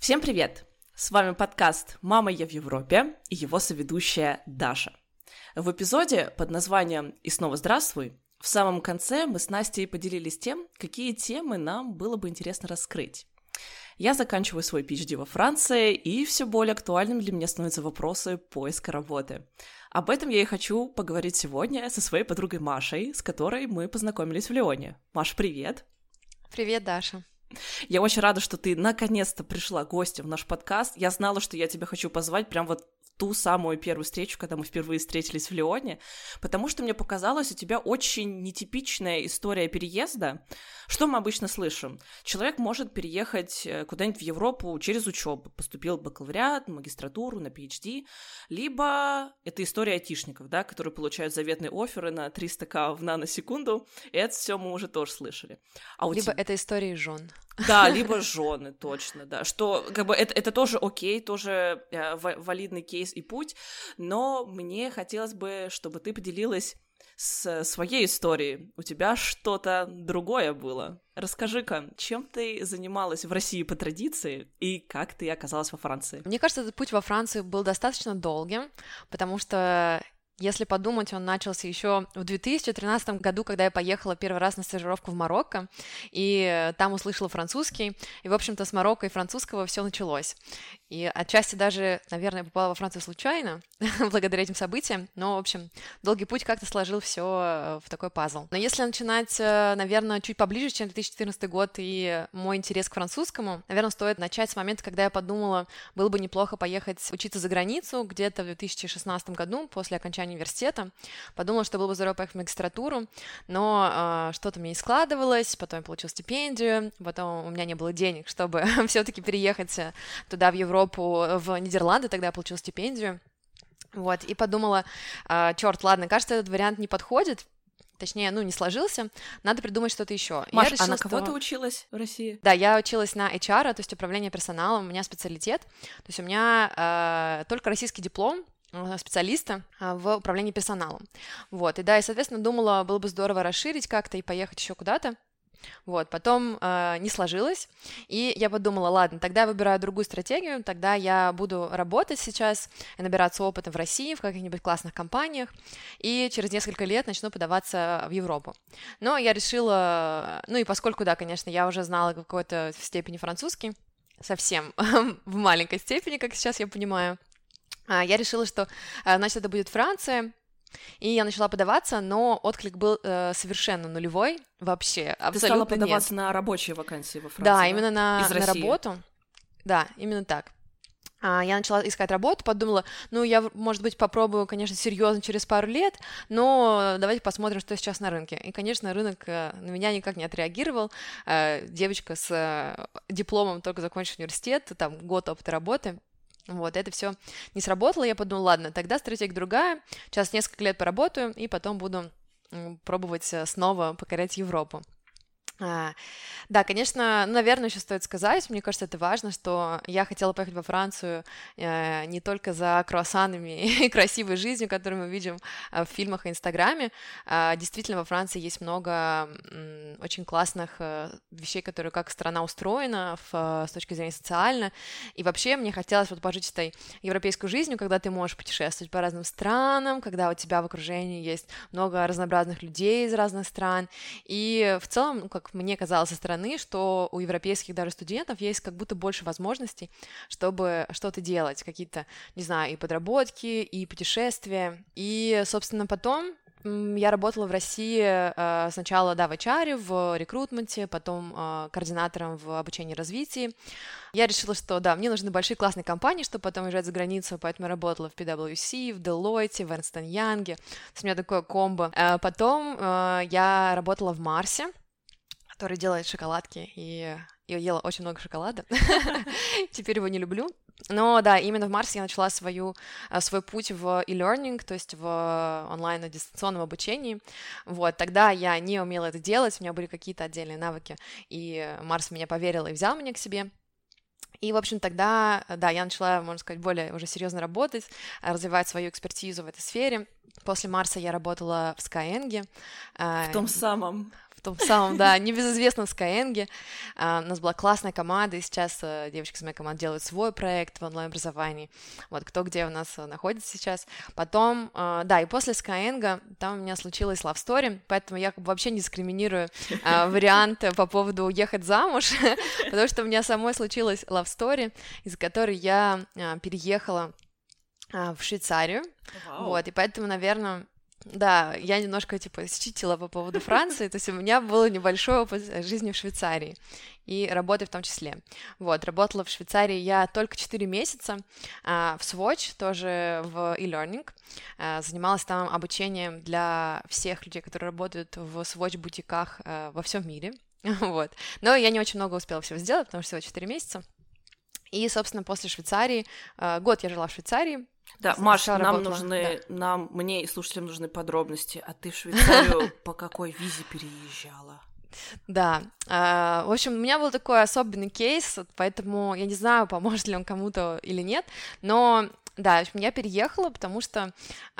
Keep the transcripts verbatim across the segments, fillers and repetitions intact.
Всем привет! С вами подкаст «Мама, я в Европе» и его соведущая Даша. В эпизоде под названием «И снова здравствуй» в самом конце мы с Настей поделились тем, какие темы нам было бы интересно раскрыть. Я заканчиваю свой пи эйч ди во Франции, и все более актуальным для меня становятся вопросы поиска работы. Об этом я и хочу поговорить сегодня со своей подругой Машей, с которой мы познакомились в Лионе. Маш, привет! Привет, Даша! Я очень рада, что ты наконец-то пришла гостем в наш подкаст. Я знала, что я тебя хочу позвать прям вот в ту самую первую встречу, когда мы впервые встретились в Лионе, потому что мне показалось, у тебя очень нетипичная история переезда. Что мы обычно слышим? Человек может переехать куда-нибудь в Европу через учебу, поступил в бакалавриат, магистратуру, на пи эйч ди, либо это история айтишников, да, которые получают заветные офферы на триста тысяч в наносекунду, и это все мы уже тоже слышали. А либо тебя... это история жен. Да, либо жены, точно, да, что как бы это, это тоже окей, тоже э, валидный кейс и путь, но мне хотелось бы, чтобы ты поделилась с своей историей. У тебя что-то другое было. Расскажи-ка, чем ты занималась в России по традиции и как ты оказалась во Франции? Мне кажется, этот путь во Францию был достаточно долгим, потому что если подумать, он начался еще в две тысячи тринадцатом году, когда я поехала первый раз на стажировку в Марокко, и там услышала французский, и, в общем-то, с Марокко и французского все началось. И отчасти даже, наверное, я попала во Францию случайно, благодаря этим событиям, но, в общем, долгий путь как-то сложил все в такой пазл. Но если начинать, наверное, чуть поближе, чем две тысячи четырнадцатый год и мой интерес к французскому, наверное, стоит начать с момента, когда я подумала, было бы неплохо поехать учиться за границу, где-то в две тысячи шестнадцатом году, после окончания университета. Подумала, что было бы здорово поехать в магистратуру, но э, что-то мне не складывалось, потом я получила стипендию, потом у меня не было денег, чтобы все-таки переехать туда, в Европу, в Нидерланды, тогда я получила стипендию. Вот, и подумала, э, черт, ладно, кажется, этот вариант не подходит, точнее, ну, не сложился, надо придумать что-то еще. Маш, решила, а на кого что... ты училась в России? Да, я училась на эйч ар, то есть управление персоналом, у меня специалитет, то есть у меня э, только российский диплом специалиста в управлении персоналом. Вот, и да, и, соответственно, думала, было бы здорово расширить как-то и поехать еще куда-то. Вот, потом э, не сложилось, и я подумала, ладно, тогда я выбираю другую стратегию, тогда я буду работать сейчас, и набираться опыта в России, в каких-нибудь классных компаниях, и через несколько лет начну подаваться в Европу. Но я решила, ну и поскольку, да, конечно, я уже знала какой-то степени французский, совсем в маленькой степени, как сейчас я понимаю, я решила, что, значит, это будет Франция, и я начала подаваться, но отклик был э, совершенно нулевой, вообще, абсолютно нет. Ты стала подаваться нет. на рабочие вакансии во Франции, да? Да, именно на, на работу, да, именно так. Я начала искать работу, подумала, ну, я, может быть, попробую, конечно, серьезно через пару лет, но давайте посмотрим, что сейчас на рынке. И, конечно, рынок на меня никак не отреагировал. Девочка с дипломом, только закончив университет, там год опыта работы. Вот, это все не сработало, я подумала, ладно, тогда стратегия другая, сейчас несколько лет поработаю, и потом буду пробовать снова покорять Европу. А, да, конечно, наверное, еще стоит сказать, мне кажется, это важно, что я хотела поехать во Францию э, не только за круассанами и красивой жизнью, которую мы видим э, в фильмах и Инстаграме. Э, действительно, во Франции есть много э, очень классных э, вещей, которые как страна устроена в, с точки зрения социально. И вообще мне хотелось вот пожить этой европейской жизнью, когда ты можешь путешествовать по разным странам, когда у тебя в окружении есть много разнообразных людей из разных стран. И в целом, ну, как мне казалось со стороны, что у европейских даже студентов есть как будто больше возможностей, чтобы что-то делать, какие-то, не знаю, и подработки, и путешествия. И, собственно, потом я работала в России э, сначала, да, в эйч ар, в рекрутменте, потом э, координатором в обучении и развитии. Я решила, что, да, мне нужны большие классные компании, чтобы потом уезжать за границу, поэтому я работала в пи дабл ю си, в Deloitte, в Ernst энд Young. То есть у меня такое комбо. Э, потом э, я работала в Марсе, который делает шоколадки, и я ела очень много шоколада, теперь его не люблю. Но да, именно в Марсе я начала свою, свой путь в e-learning, то есть в онлайн-дистанционном обучении. Вот, тогда я не умела это делать, у меня были какие-то отдельные навыки, и Марс в меня поверил и взял меня к себе. И, в общем, тогда, да, я начала, можно сказать, более уже серьезно работать, развивать свою экспертизу в этой сфере. После Марса я работала в Skyeng. В том самом... в том самом, да, небезызвестном Skyeng. Uh, у нас была классная команда, и сейчас uh, девочки из моей команды делают свой проект в онлайн-образовании. Вот, кто где у нас uh, находится сейчас. Потом, uh, да, и после Skyeng там у меня случилась love story, поэтому я как бы вообще не дискриминирую uh, варианты по поводу уехать замуж, потому что у меня самой случилась love story, из-за которой я uh, переехала uh, в Швейцарию. Wow. Вот, и поэтому, наверное... Да, я немножко, типа, считила по поводу Франции, то есть у меня был небольшой опыт жизни в Швейцарии и работы в том числе. Вот, работала в Швейцарии я только четыре месяца, а, в Swatch, тоже в e-learning, а, занималась там обучением для всех людей, которые работают в Swatch-бутиках а, во всем мире, вот. Но я не очень много успела всего сделать, потому что всего четыре месяца. И, собственно, после Швейцарии, а, год я жила в Швейцарии. Да, Маш, нам работала. нужны, да. нам, мне и слушателям нужны подробности. А ты в Швейцарию по какой визе переезжала? Да, в общем, у меня был такой особенный кейс, поэтому я не знаю, поможет ли он кому-то или нет, но, да, в общем, я переехала, потому что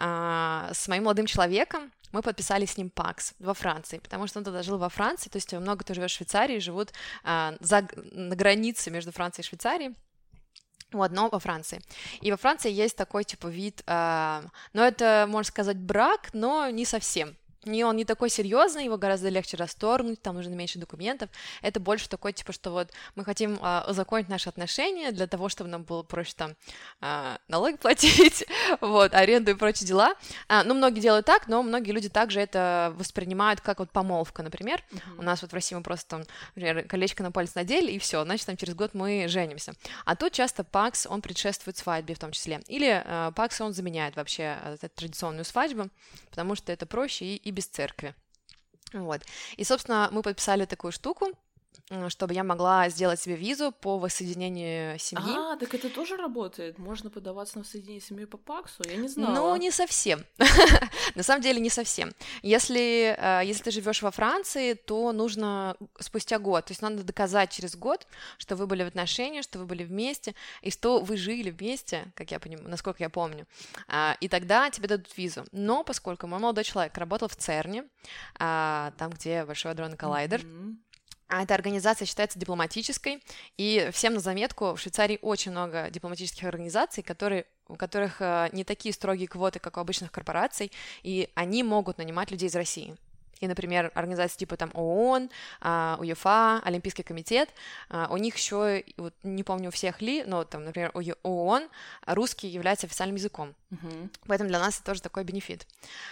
с моим молодым человеком мы подписали с ним пакс во Франции, потому что он тогда жил во Франции, то есть много кто живет в Швейцарии, живут за, на границе между Францией и Швейцарией. Вот, но во Франции. И во Франции есть такой, типа, вид, э, ну, это, можно сказать, брак, но не совсем. Не, он не такой серьезный, его гораздо легче расторгнуть, там нужно меньше документов. Это больше такой, типа, что вот мы хотим э, узаконить наши отношения для того, чтобы нам было проще там э, налоги платить, вот, аренду и прочие дела. А, ну, многие делают так, но многие люди также это воспринимают как вот помолвка, например. Uh-huh. У нас вот в России мы просто там, например, колечко на палец надели, и все, значит, там через год мы женимся. А тут часто пакс, он предшествует свадьбе в том числе. Или э, пакс, он заменяет вообще э, традиционную свадьбу, потому что это проще и, и без церкви. Вот. И, собственно, мы подписали такую штуку, чтобы я могла сделать себе визу по воссоединению семьи. А, так это тоже работает? Можно подаваться на воссоединение семьи по паксу? Я не знала. Ну, не совсем. На самом деле, не совсем. Если, если ты живешь во Франции, то нужно спустя год, то есть надо доказать через год, что вы были в отношениях, что вы были вместе, и что вы жили вместе, как я понимаю, насколько я помню, и тогда тебе дадут визу. Но поскольку мой молодой человек работал в ЦЕРНе, там, где Большой адронный коллайдер, mm-hmm. А эта организация считается дипломатической, и всем на заметку, в Швейцарии очень много дипломатических организаций, которые, у которых не такие строгие квоты, как у обычных корпораций, и они могут нанимать людей из России. И, например, организации типа там ООН, УЕФА, Олимпийский комитет, у них еще, вот, не помню у всех ли, но там, например, у ООН русский является официальным языком. Uh-huh. Поэтому для нас это тоже такой бенефит.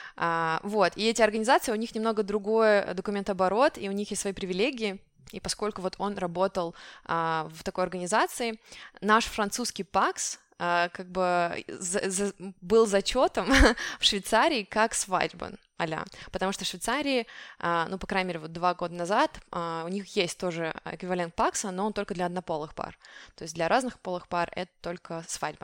Вот, и эти организации, у них немного другой документооборот, и у них есть свои привилегии. И поскольку вот он работал а, в такой организации, наш французский пакс а, как бы за, за, был зачетом в Швейцарии как свадьба, а-ля. Потому что в Швейцарии, а, ну, по крайней мере, вот два года назад а, у них есть тоже эквивалент пакса, но он только для однополых пар. То есть для разных полых пар это только свадьба.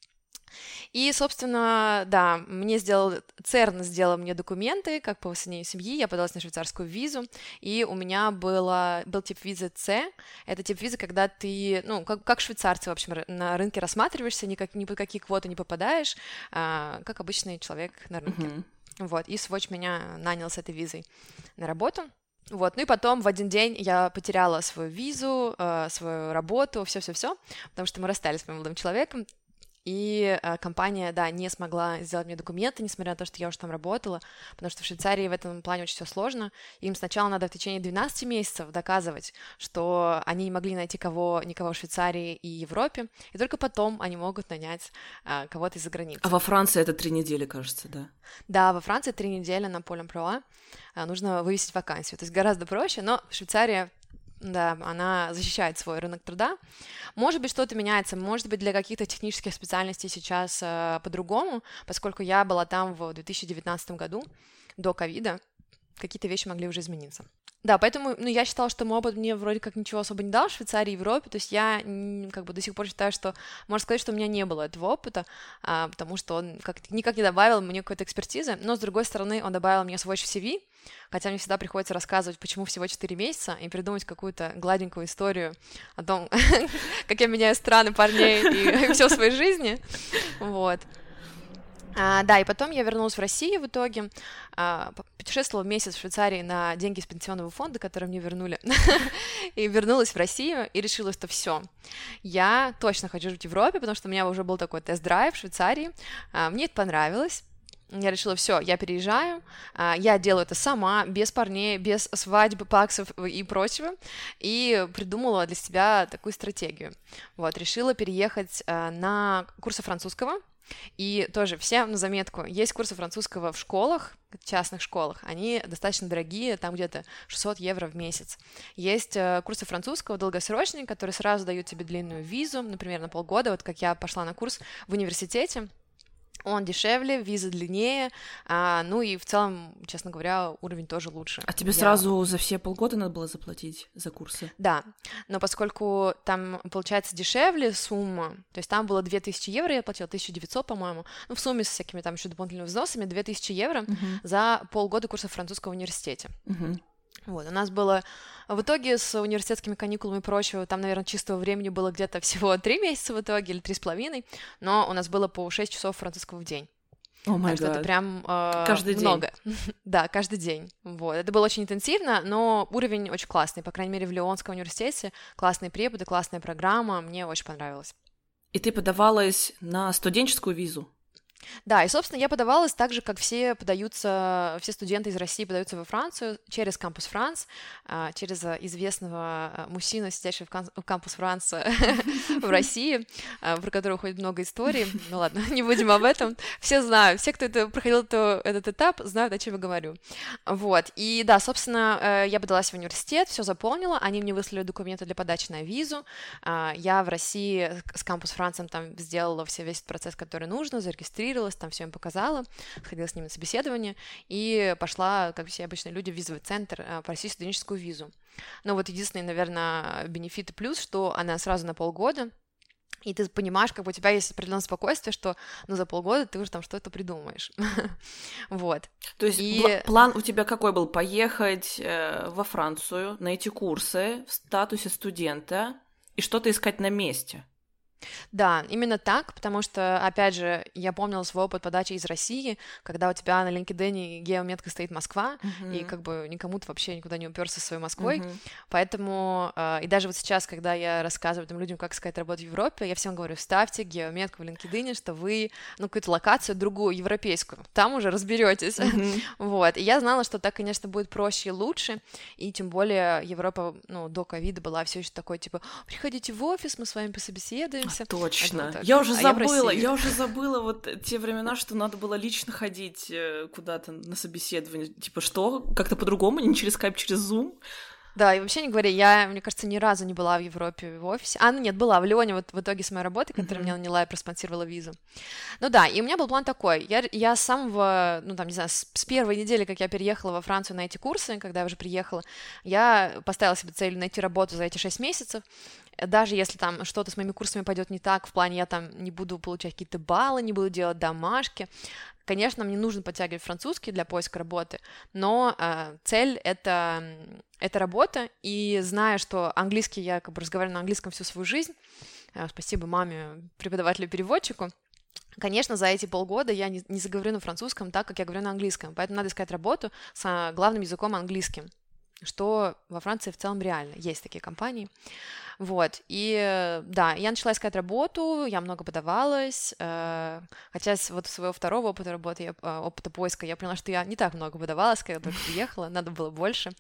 И, собственно, да, мне сделал, ЦЕРН сделал мне документы, как по воссоединению семьи, я подалась на швейцарскую визу, и у меня было, был тип визы С, это тип визы, когда ты, ну, как, как швейцарцы, в общем, на рынке рассматриваешься, никак, ни под какие квоты не попадаешь, а, как обычный человек на рынке. Uh-huh. Вот, и Swatch меня нанял с этой визой на работу. Вот, ну и потом в один день я потеряла свою визу, э, свою работу, все-все-все, потому что мы расстались с моим молодым человеком, и э, компания, да, не смогла сделать мне документы, несмотря на то, что я уже там работала, потому что в Швейцарии в этом плане очень все сложно. Им сначала надо в течение двенадцати месяцев доказывать, что они не могли найти кого, никого в Швейцарии и Европе, и только потом они могут нанять э, кого-то из-за границы. А во Франции это три недели, кажется, да? Да, во Франции три недели на поле эмплуа э, нужно вывесить вакансию, то есть гораздо проще, но Швейцария... Да, она защищает свой рынок труда. Может быть, что-то меняется, может быть, для каких-то технических специальностей сейчас э, по-другому, поскольку я была там в две тысячи девятнадцатом году, до ковида, какие-то вещи могли уже измениться. Да, поэтому, ну, я считала, что мой опыт мне вроде как ничего особо не дал в Швейцарии и Европе, то есть я как бы до сих пор считаю, что можно сказать, что у меня не было этого опыта, а, потому что он как никак не добавил мне какой-то экспертизы, но, с другой стороны, он добавил мне свой си ви, хотя мне всегда приходится рассказывать, почему всего четыре месяца, и придумать какую-то гладенькую историю о том, как я меняю страны, парней и все в своей жизни, вот. А, да, и потом я вернулась в Россию в итоге, а, путешествовала месяц в Швейцарии на деньги из пенсионного фонда, которые мне вернули, и вернулась в Россию и решила, что все, я точно хочу жить в Европе, потому что у меня уже был такой тест-драйв в Швейцарии, а, мне это понравилось. Я решила, все, я переезжаю, я делаю это сама, без парней, без свадьбы, паксов и прочего, и придумала для себя такую стратегию. Вот, решила переехать на курсы французского, и тоже всем на заметку, есть курсы французского в школах, частных школах, они достаточно дорогие, там где-то шестьсот евро в месяц. Есть курсы французского долгосрочные, которые сразу дают тебе длинную визу, например, на полгода, вот как я пошла на курс в университете, он дешевле, виза длиннее, а, ну и в целом, честно говоря, уровень тоже лучше. А тебе Я... сразу за все полгода надо было заплатить за курсы? Да, но поскольку там, получается, дешевле сумма, то есть там было две тысячи евро, я платила тысяча девятьсот, по-моему, ну в сумме с всякими там еще дополнительными взносами, две тысячи евро uh-huh. за полгода курса в французском университете. Uh-huh. Вот, у нас было в итоге с университетскими каникулами и прочего, там, наверное, чистого времени было где-то всего три месяца в итоге, или три с половиной, но у нас было по шесть часов французского в день. Oh my так что God. это прям э, каждый много. День. Да, каждый день. Вот. Это было очень интенсивно, но уровень очень классный. По крайней мере, в Лионском университете классные преподы, классная программа, мне очень понравилось. И ты подавалась на студенческую визу? Да, и, собственно, я подавалась так же, как все подаются, все студенты из России подаются во Францию через Campus France, через известного мужчину, сидящего в Campus France в России, про которого ходит много историй. Ну ладно, не будем об этом. Все знают, все, кто это, проходил это, этот этап, знают, о чем я говорю. Вот, и да, собственно, я подалась в университет, все заполнила, они мне выслали документы для подачи на визу. Я в России с Campus France там сделала все, весь процесс, который нужно, зарегистрировала, там все им показала, ходила с ними на собеседование и пошла, как все обычные люди, в визовый центр просить студенческую визу. Но вот единственный, наверное, бенефит и плюс, что она сразу на полгода, и ты понимаешь, как бы у тебя есть определенное спокойствие, что ну за полгода ты уже там что-то придумаешь. Вот. То есть и... план у тебя какой был? Поехать э, во Францию, найти курсы в статусе студента и что-то искать на месте? Да, именно так, потому что, опять же, я помнила свой опыт подачи из России, когда у тебя на LinkedIn геометка стоит Москва, uh-huh. и как бы никому ты вообще никуда не уперся своей Москвой, uh-huh. поэтому, э, и даже вот сейчас, когда я рассказываю там людям, как искать работу в Европе, я всем говорю, ставьте геометку в LinkedIn, что вы, ну, какую-то локацию другую, европейскую, там уже разберетесь, uh-huh. вот, и я знала, что так, конечно, будет проще и лучше, и тем более Европа, ну, до ковида была все еще такой, типа, приходите в офис, мы с вами пособеседуем. Точно. Я уже а забыла, я, я уже забыла вот те времена, что надо было лично ходить куда-то на собеседование. Типа что? Как-то по-другому, не через скайп, через зум? Да, и вообще не говоря, я, мне кажется, ни разу не была в Европе в офисе. А, ну нет, была в Лионе вот в итоге с моей работы, которая mm-hmm. меня наняла и проспонсировала визу. Ну да, и у меня был план такой. Я, я с самого, ну там, не знаю, с, с первой недели, как я переехала во Францию на эти курсы, когда я уже приехала, я поставила себе цель найти работу за эти шесть месяцев. Даже если там что-то с моими курсами пойдет не так, в плане я там не буду получать какие-то баллы, не буду делать домашки. Конечно, мне нужно подтягивать французский для поиска работы, но э, цель это, это работа, и зная, что английский, я как бы разговариваю на английском всю свою жизнь, э, спасибо маме, преподавателю-переводчику, конечно, за эти полгода я не, не заговорю на французском так, как я говорю на английском, поэтому надо искать работу с главным языком английским, что во Франции в целом реально, есть такие компании. Вот, и да, я начала искать работу, я много подавалась, э, хотя с вот своего второго опыта работы, я, опыта поиска, я поняла, что я не так много подавалась, когда только приехала, надо было больше,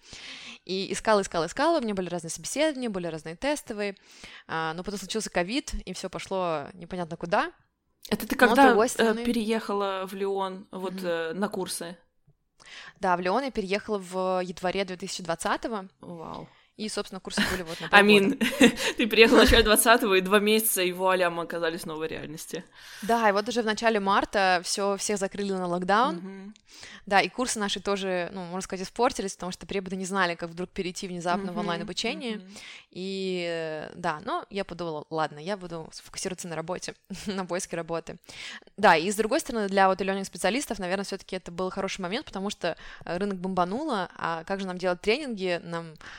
и искала, искала, искала, у меня были разные собеседования, были разные тестовые, э, но потом случился ковид, и все пошло непонятно куда. Это ты когда стороны... переехала в Лион вот mm-hmm. на курсы? Да, в Лион я переехала в январе две тысячи двадцатого. Вау. И, собственно, курсы были вот на полгода. Амин, ты приехала в начале двадцатого, и два месяца, и вуаля, мы оказались в новой реальности. Да, и вот уже в начале марта все всех закрыли на локдаун. Mm-hmm. Да, и курсы наши тоже, ну, можно сказать, испортились, потому что преподы не знали, как вдруг перейти внезапно mm-hmm. в онлайн-обучение. Mm-hmm. И да, но я подумала, ладно, я буду сфокусироваться на работе, на поиске работы. Да, и с другой стороны, для вот learning специалистов, наверное, все-таки это был хороший момент, потому что рынок бомбануло, а как же нам делать тренинги, нам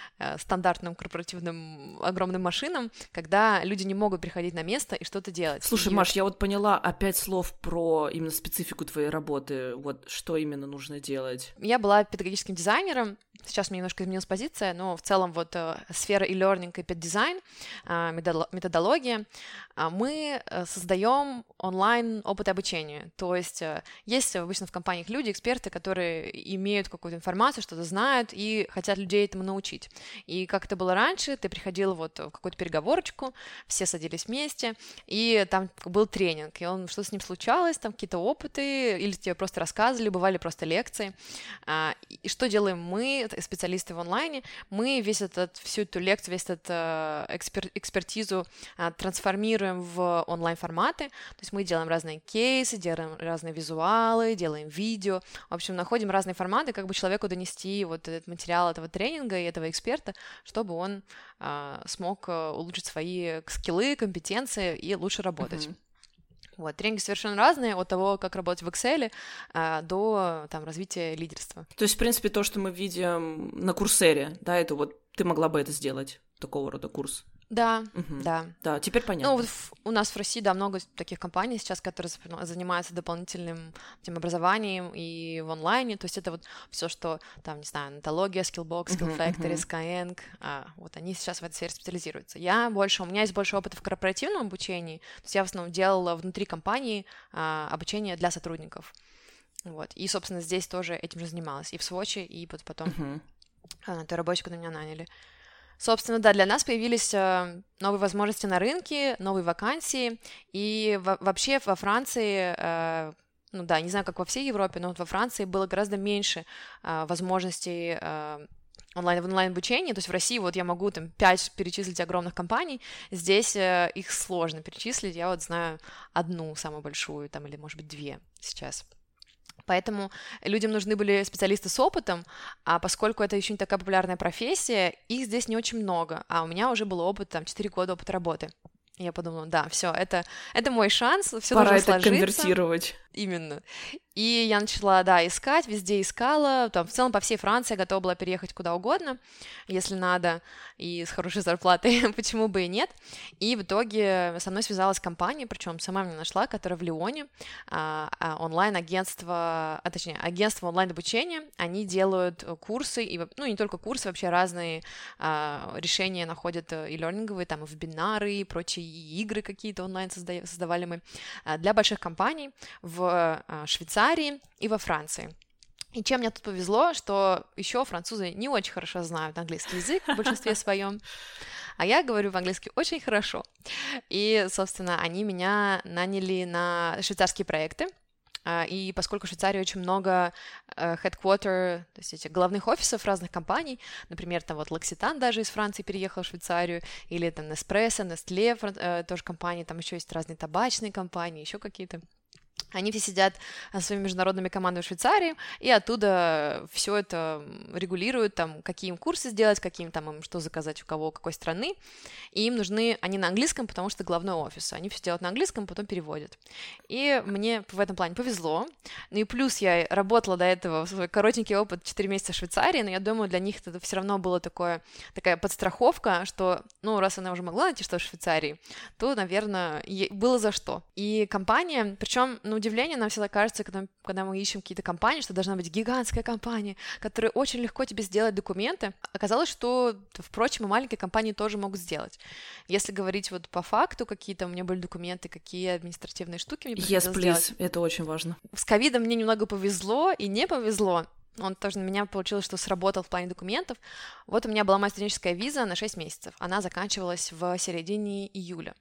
стандартным корпоративным огромным машинам, когда люди не могут приходить на место и что-то делать. Слушай, и... Маш, я вот поняла опять слов про именно специфику твоей работы. Вот что именно нужно делать? Я была педагогическим дизайнером, сейчас у меня немножко изменилась позиция, но в целом вот э, сфера e-learning и педдизайн, э, методология. Э, мы создаем онлайн опыт обучения, то есть э, есть обычно в компаниях люди, эксперты, которые имеют какую-то информацию, что-то знают и хотят людей этому научить. И как это было раньше, ты приходил вот в какую-то переговорочку, все садились вместе, и там был тренинг, и он, что с ним случалось, там какие-то опыты, или тебе просто рассказывали, бывали просто лекции. Э, и что делаем мы, специалисты в онлайне, мы весь этот, всю эту лекцию, весь этот э, экспер, экспертизу э, трансформируем в онлайн-форматы, то есть мы делаем разные кейсы, делаем разные визуалы, делаем видео, в общем, находим разные форматы, как бы человеку донести вот этот материал этого тренинга и этого эксперта, чтобы он э, смог улучшить свои скиллы, компетенции и лучше работать. Mm-hmm. Вот, тренинги совершенно разные, от того, как работать в Excel, а, до там, развития лидерства. То есть, в принципе, то, что мы видим на Курсере, да, это вот ты могла бы это сделать, такого рода курс? Да, угу. да. Да, теперь понятно. Ну, вот в, у нас в России, да, много таких компаний сейчас, которые занимаются дополнительным этим образованием и в онлайне, то есть это вот все, что там, не знаю, Натология, Skillbox, Skill Factory, uh-huh, uh-huh. Skyeng, а, вот они сейчас в этой сфере специализируются. Я больше, у меня есть больше опыта в корпоративном обучении, то есть я в основном делала внутри компании а, обучение для сотрудников, вот, и, собственно, здесь тоже этим же занималась, и в Swatch, и вот потом uh-huh. а, на той работе, когда меня наняли. Собственно, да, для нас появились э, новые возможности на рынке, новые вакансии, и в- вообще во Франции, э, ну да, не знаю, как во всей Европе, но вот во Франции было гораздо меньше э, возможностей э, онлайн, в онлайн-обучении, то есть в России вот я могу там пять перечислить огромных компаний, здесь э, их сложно перечислить, я вот знаю одну самую большую, там, или, может быть, две сейчас. Поэтому людям нужны были специалисты с опытом, а поскольку это еще не такая популярная профессия, их здесь не очень много, а у меня уже был опыт, там, четыре года опыта работы. И я подумала, да, все, это, это мой шанс, все должно сложиться. Пора это конвертировать. Именно. И я начала, да, искать, везде искала, там, в целом по всей Франции готова была переехать куда угодно, если надо, и с хорошей зарплатой, почему бы и нет. И в итоге со мной связалась компания, причем сама меня нашла, которая в Лионе, а, а, онлайн-агентство, а точнее, агентство онлайн-обучения, они делают курсы, и, ну, не только курсы, вообще разные а, решения находят и лернинговые, там, и вебинары, и прочие и игры какие-то онлайн созда- создавали мы а, для больших компаний в в Швейцарии и во Франции. И чем мне тут повезло, что еще французы не очень хорошо знают английский язык в большинстве своем, а я говорю по-английски очень хорошо. И, собственно, они меня наняли на швейцарские проекты. И поскольку в Швейцарии очень много headquarter, то есть этих главных офисов разных компаний, например, там вот L'Occitane даже из Франции переехал в Швейцарию, или там Nespresso, Nestlé, тоже компании, там еще есть разные табачные компании, еще какие-то. Они все сидят со своими международными командами в Швейцарии, и оттуда все это регулируют, там, какие им курсы сделать, каким там им что заказать у кого, какой страны, и им нужны они на английском, потому что главной офис, они все делают на английском, потом переводят. И мне в этом плане повезло, ну и плюс я работала до этого, в свой коротенький опыт четыре месяца в Швейцарии, но я думаю, для них это все равно была такое, такая подстраховка, что, ну, раз она уже могла найти что в Швейцарии, то, наверное, было за что. И компания, причем, ну, удивление, нам всегда кажется, когда, когда мы ищем какие-то компании, что должна быть гигантская компания, которая очень легко тебе сделает документы. Оказалось, что, впрочем, и маленькие компании тоже могут сделать. Если говорить вот по факту, какие-то у меня были документы, какие административные штуки мне приходилось yes, делать. Yes, это очень важно. С ковидом мне немного повезло и не повезло. Он тоже на меня получилось, что сработал в плане документов. Вот у меня была моя студенческая виза на шесть месяцев. Она заканчивалась в середине июля.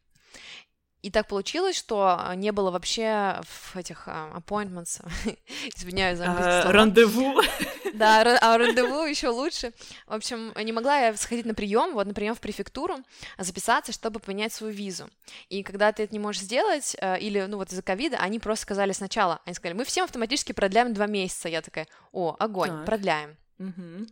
И так получилось, что не было вообще в этих uh, appointments, извиняюсь за английские слова. Рандеву. Да, а рандеву еще лучше. В общем, не могла я сходить на прием, вот на прием в префектуру, записаться, чтобы поменять свою визу. И когда ты это не можешь сделать, или, ну вот из-за ковида, они просто сказали сначала, они сказали, мы всем автоматически продляем два месяца. Я такая, о, огонь, так. продляем. Угу.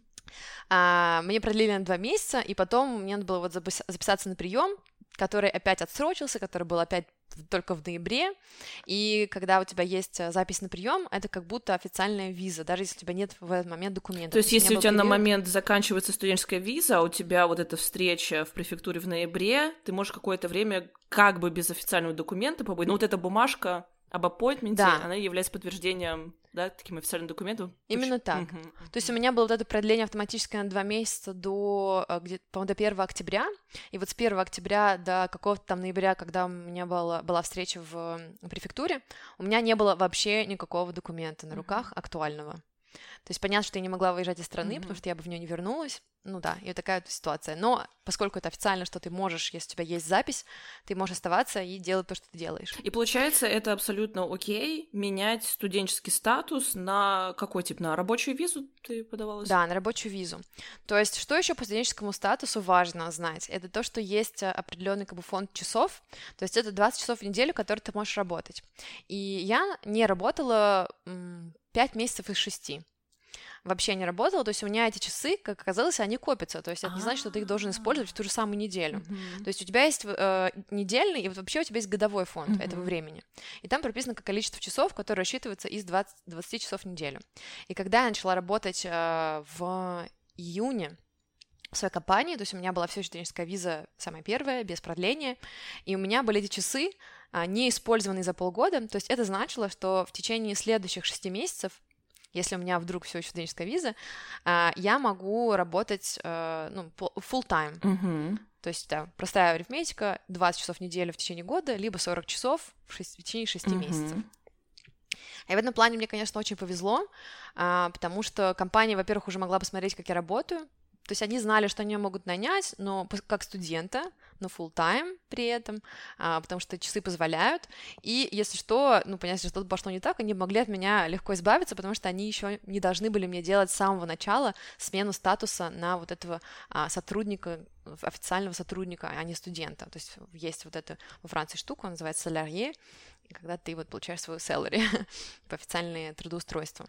А, мне продлили на два месяца, и потом мне надо было вот записаться на прием, который опять отсрочился, который был опять только в ноябре, и когда у тебя есть запись на прием, это как будто официальная виза, даже если у тебя нет в этот момент документов. То есть, если у тебя период... на момент заканчивается студенческая виза, а у тебя вот эта встреча в префектуре в ноябре, ты можешь какое-то время как бы без официального документа побыть, но вот эта бумажка об аппоинтменте, да. она является подтверждением, да, таким официальным документом. Именно Уч... так. Uh-huh. То есть у меня было вот это продление автоматическое на два месяца до, где, по-моему, до первого октября, и вот с первого октября до какого-то там ноября, когда у меня была, была встреча в префектуре, у меня не было вообще никакого документа на руках uh-huh. актуального. То есть понятно, что я не могла выезжать из страны, uh-huh. потому что я бы в нее не вернулась. Ну да, и вот такая вот ситуация. Но поскольку это официально, что ты можешь, если у тебя есть запись, ты можешь оставаться и делать то, что ты делаешь. И получается, это абсолютно окей менять студенческий статус на какой тип? На рабочую визу ты подавалась? Да, на рабочую визу. То есть, что еще по студенческому статусу важно знать? Это то, что есть определенный как бы фонд часов, то есть это двадцать часов в неделю, которые ты можешь работать. И я не работала м, пять месяцев из шести. Вообще не работала, то есть у меня эти часы, как оказалось, они копятся, то есть это не значит, что ты их должен использовать в ту же самую неделю. Mm-hmm. То есть у тебя есть э, недельный, и вот вообще у тебя есть годовой фонд mm-hmm. этого времени, и там прописано количество часов, которые рассчитываются из двадцати, двадцати часов в неделю. И когда я начала работать э, в июне в своей компании, то есть у меня была все студенческая виза, самая первая, без продления, и у меня были эти часы, э, не использованные за полгода, то есть это значило, что в течение следующих шести месяцев, если у меня вдруг все еще студенческая виза, я могу работать ну, full-time. Uh-huh. То есть да, простая арифметика, двадцать часов в неделю в течение года, либо сорок часов в, шесть, в течение шести uh-huh. месяцев. И в этом плане мне, конечно, очень повезло, потому что компания, во-первых, уже могла посмотреть, как я работаю. То есть они знали, что они могут нанять, но как студента, но full-time при этом, а, потому что часы позволяют. И если что, ну, понятно, что что-то пошло не так, они могли от меня легко избавиться, потому что они еще не должны были мне делать с самого начала смену статуса на вот этого а, сотрудника, официального сотрудника, а не студента. То есть есть вот эта во Франции штука, она называется salarié, когда ты вот получаешь свою salary по официальное трудоустройство.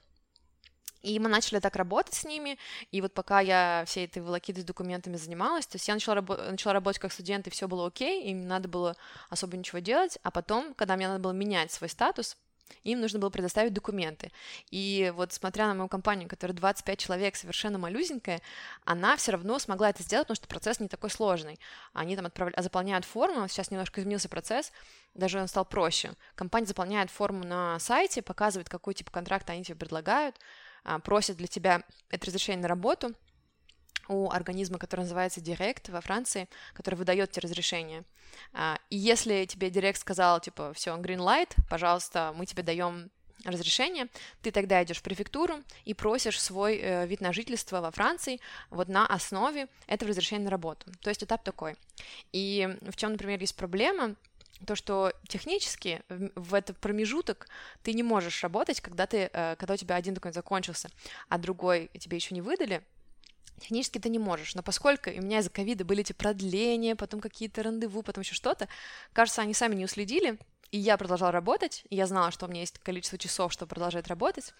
И мы начали так работать с ними, и вот пока я всей этой волокитой с документами занималась, то есть я начала, рабо- начала работать как студент, и все было окей, им не надо было особо ничего делать, а потом, когда мне надо было менять свой статус, им нужно было предоставить документы. И вот смотря на мою компанию, которая двадцать пять человек, совершенно малюсенькая, она все равно смогла это сделать, потому что процесс не такой сложный. Они там отправля... заполняют форму, сейчас немножко изменился процесс, даже он стал проще. Компания заполняет форму на сайте, показывает, какой тип контракта они тебе предлагают, просят для тебя это разрешение на работу у организма, который называется Direct во Франции, который выдает тебе разрешение. И если тебе Direct сказал, типа, все, green light, пожалуйста, мы тебе даем разрешение, ты тогда идешь в префектуру и просишь свой э, вид на жительство во Франции вот на основе этого разрешения на работу. То есть этап такой. И в чем, например, есть проблема, то, что технически в этот промежуток ты не можешь работать, когда, ты, когда у тебя один документ закончился, а другой тебе еще не выдали, технически ты не можешь. Но поскольку у меня из-за ковида были эти продления, потом какие-то рандеву, потом еще что-то, кажется, они сами не уследили, и я продолжала работать, и я знала, что у меня есть количество часов, чтобы продолжать работать,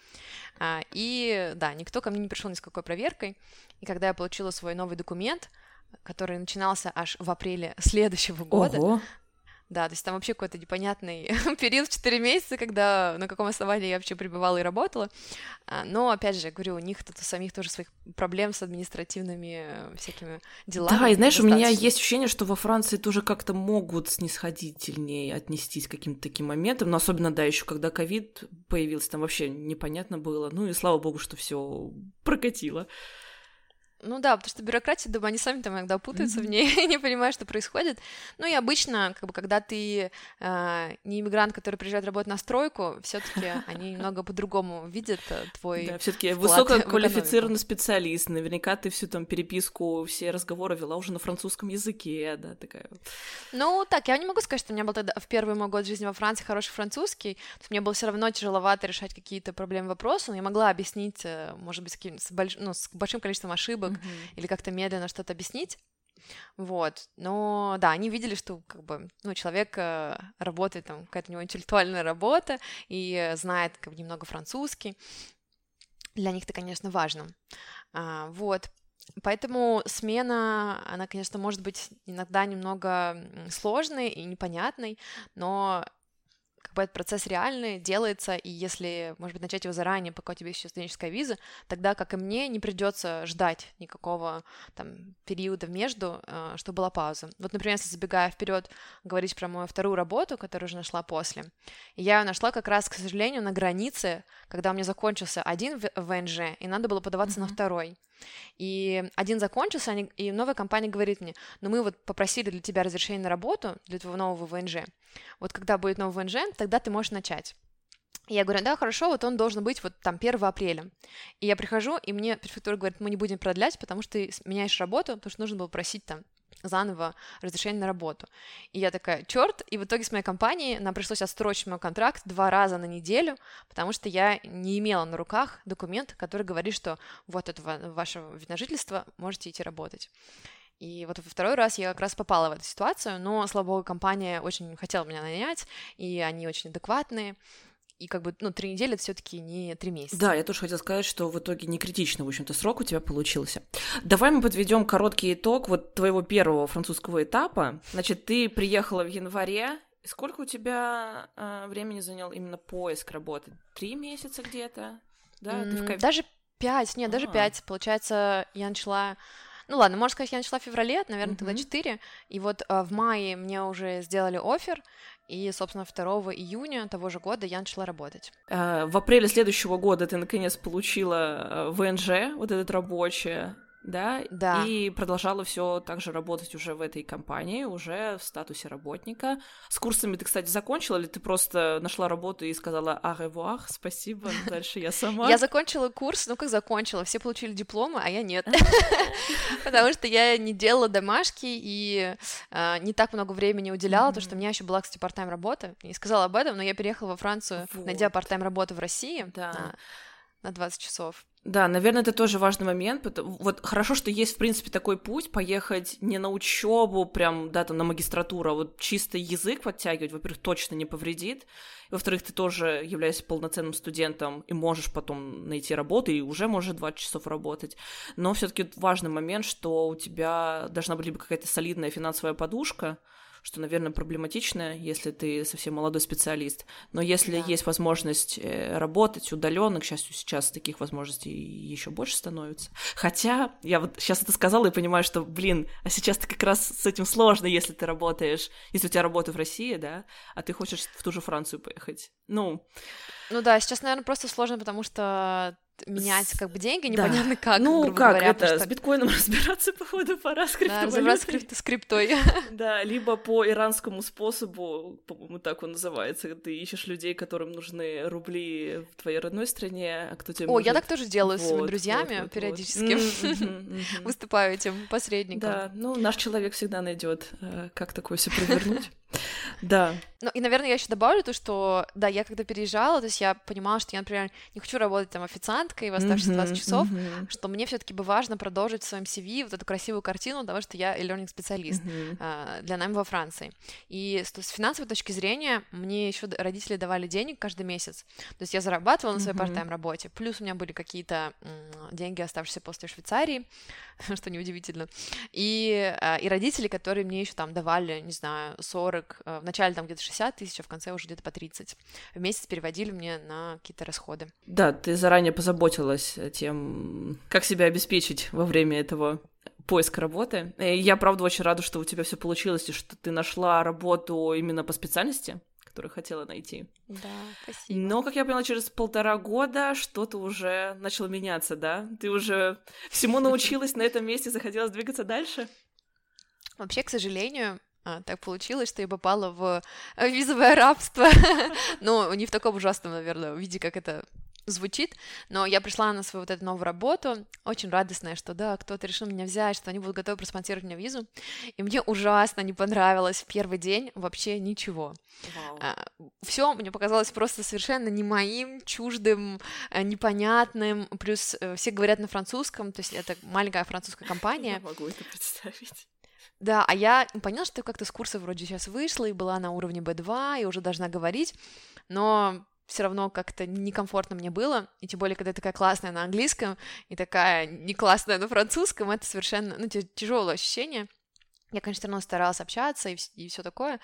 и да, никто ко мне не пришел ни с какой проверкой, и когда я получила свой новый документ, который начинался аж в апреле следующего года, Ого. Да, то есть там вообще какой-то непонятный период в четыре месяца, когда на каком основании я вообще пребывала и работала. Но, опять же, я говорю, у них тут у самих тоже своих проблем с административными всякими делами. Да, и знаешь, достаточно. У меня есть ощущение, что во Франции тоже как-то могут снисходительнее отнестись к каким-то таким моментам, но особенно, да, еще когда ковид появился, там вообще непонятно было. Ну и слава богу, что все прокатило. Ну да, потому что бюрократия, думаю, они сами там иногда путаются mm-hmm. в ней и не понимают, что происходит. Ну и обычно, как бы, когда ты э, не иммигрант, который приезжает работать на стройку, все-таки они немного по-другому видят твой Да, все-таки высококвалифицированный специалист. Наверняка ты всю там переписку, все разговоры вела уже на французском языке, да, такая. Ну так, я не могу сказать, что у меня был тогда в первый мой год жизни во Франции хороший французский. Мне было все равно тяжеловато решать какие-то проблемы, вопросы, но я могла объяснить, может быть, с, каким- с, больш... ну, с большим количеством ошибок, Mm-hmm. или как-то медленно что-то объяснить, вот, но, да, они видели, что, как бы, ну, человек э, работает, там, какая-то у него интеллектуальная работа, и э, знает, как бы, немного французский, для них это, конечно, важно, а, вот, Поэтому смена, она, конечно, может быть иногда немного сложной и непонятной, но как бы этот процесс реальный, делается, и если, может быть, начать его заранее, пока у тебя есть еще студенческая виза, тогда, как и мне, не придется ждать никакого там периода между, чтобы была пауза. Вот, например, если забегая вперед, говорить про мою вторую работу, которую уже нашла после, я ее нашла как раз, к сожалению, на границе, когда у меня закончился один ВНЖ, и надо было подаваться mm-hmm. на второй. И один закончился, они, и новая компания говорит мне, ну мы вот попросили для тебя разрешение на работу, для твоего нового ВНЖ, вот когда будет новый ВНЖ, тогда ты можешь начать. И я говорю, да, хорошо, вот он должен быть вот там первого апреля. И я прихожу, и мне префектура говорит, мы не будем продлять, потому что ты меняешь работу, потому что нужно было просить там заново разрешение на работу. И я такая, черт, и в итоге с моей компанией нам пришлось отстрочить мой контракт два раза на неделю, потому что я не имела на руках документ, который говорит, что вот это ваше вид на жительство, можете идти работать. И вот во второй раз я как раз попала в эту ситуацию, но, слава богу, компания очень хотела меня нанять, и они очень адекватные. И как бы, ну, три недели — это все-таки не три месяца. Да, я тоже хотела сказать, что в итоге не критичный, в общем-то, срок у тебя получился. Давай мы подведем короткий итог вот твоего первого французского этапа. Значит, ты приехала в январе. Сколько у тебя э, времени занял именно поиск работы? Три месяца где-то? Да, mm, ты в... Даже пять, нет, а. даже пять. Получается, я начала... Ну ладно, можно сказать, я начала в феврале, наверное, mm-hmm. тогда четыре. И вот э, в мае мне уже сделали оффер. И, собственно, второго июня того же года я начала работать. В апреле следующего года ты, наконец, получила ВНЖ, вот этот рабочий, да? Да. И продолжала все так же работать уже в этой компании, уже в статусе работника. С курсами ты, кстати, закончила, или ты просто нашла работу и сказала «au revoir», спасибо, дальше я сама? Я закончила курс, ну как закончила, все получили дипломы, а я нет. Потому что я не делала домашки и не так много времени уделяла, потому что у меня еще была, кстати, парт-тайм работа. Не сказала об этом, но я переехала во Францию, найдя парт-тайм работу в России на двадцать часов. Да, наверное, это тоже важный момент. Вот хорошо, что есть, в принципе, такой путь поехать не на учебу, прям, да, там, на магистратуру, а вот чисто язык подтягивать, во-первых, точно не повредит. Во-вторых, ты тоже являешься полноценным студентом и можешь потом найти работу, и уже можешь двадцать часов работать. Но все-таки важный момент, что у тебя должна быть либо какая-то солидная финансовая подушка, что, наверное, проблематично, если ты совсем молодой специалист. Но если да. есть возможность работать удаленно, к счастью, сейчас таких возможностей еще больше становится. Хотя я вот сейчас это сказала и понимаю, что, блин, а сейчас-то как раз с этим сложно, если ты работаешь, если у тебя работа в России, да, а ты хочешь в ту же Францию поехать. Ну, ну да, сейчас, наверное, просто сложно, потому что менять как бы деньги, непонятно да. как, ну, грубо как говоря. это, что... с биткоином разбираться, походу, пора, с криптовалютой. Да, разобраться с криптой. Да, либо по иранскому способу, по-моему, так он называется, ты ищешь людей, которым нужны рубли в твоей родной стране, а кто тебе О, может... я так тоже делаю вот, с своими друзьями вот, вот, периодически. Вот. Выступаю этим посредником. Да, ну, наш человек всегда найдет, как такое все провернуть. Да. Ну, и, наверное, я еще добавлю то, что, да, я когда переезжала, то есть я понимала, что я, например, не хочу работать там официанткой в оставшиеся mm-hmm, двадцать часов, mm-hmm. что мне все-таки бы важно продолжить в своем си ви вот эту красивую картину того, что я e-learning-специалист mm-hmm. э, для найма во Франции. И с, с финансовой точки зрения мне еще родители давали денег каждый месяц. То есть я зарабатывала на своей mm-hmm. part-time работе, плюс у меня были какие-то м- деньги, оставшиеся после Швейцарии, что неудивительно. И, э, и родители, которые мне еще там давали, не знаю, сорок, э, в начале там где-то шестьдесят тысяч, а в конце уже где-то по тридцать. В месяц переводили мне на какие-то расходы. Да, ты заранее позаботилась тем, как себя обеспечить во время этого поиска работы. И я, правда, очень рада, что у тебя все получилось, и что ты нашла работу именно по специальности, которую хотела найти. Да, спасибо. Но, как я поняла, через полтора года что-то уже начало меняться, да? Ты уже всему научилась на этом месте, захотелось двигаться дальше? Вообще, к сожалению, так получилось, что я попала в визовое рабство. Ну, не в таком ужасном, наверное, виде, как это звучит, но я пришла на свою вот эту новую работу, очень радостная, что да, кто-то решил меня взять, что они будут готовы проспонсировать мне визу, и мне ужасно не понравилось в первый день вообще ничего. Wow. Все мне показалось просто совершенно не моим, чуждым, непонятным, плюс все говорят на французском, то есть это маленькая французская компания. Я могу это представить. Да, а я поняла, что как-то с курса вроде сейчас вышла и была на уровне би два, и уже должна говорить, но все равно как-то некомфортно мне было, и тем более, когда ты такая классная на английском и такая не классная на французском, это совершенно, ну, тяжелое ощущение. Я, конечно, все равно старалась общаться и, и все такое,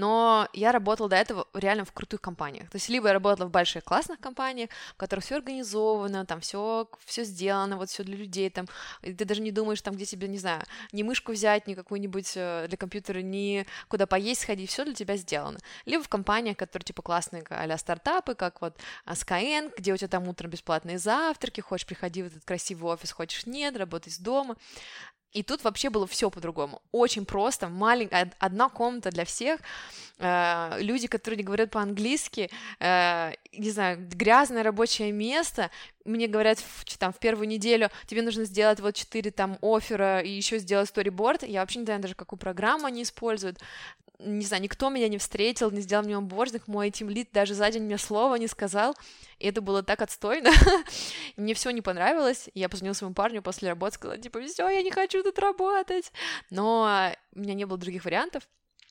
но я работала до этого реально в крутых компаниях. То есть либо я работала в больших классных компаниях, в которых все организовано, там все все сделано, вот все для людей, там и ты даже не думаешь, там, где тебе, не знаю, ни мышку взять, ни какую-нибудь для компьютера, ни куда поесть сходить, все для тебя сделано. Либо в компаниях, которые типа классные, а-ля стартапы, как вот Skyeng, где у тебя там утром бесплатные завтраки, хочешь приходи в этот красивый офис, хочешь нет, работай с дома. И тут вообще было все по-другому. Очень просто, маленькая, одна комната для всех. Э, люди, которые не говорят по-английски, э, не знаю, грязное рабочее место. Мне говорят, в, там, в первую неделю тебе нужно сделать вот четыре там оффера и еще сделать сториборд. Я вообще не знаю даже, какую программу они используют. Не знаю, никто меня не встретил, не сделал мне онбординг, мой тимлид даже за день мне слова не сказал, и это было так отстойно, мне все не понравилось, я позвонила своему парню после работы, сказала, типа, все, я не хочу тут работать, но у меня не было других вариантов,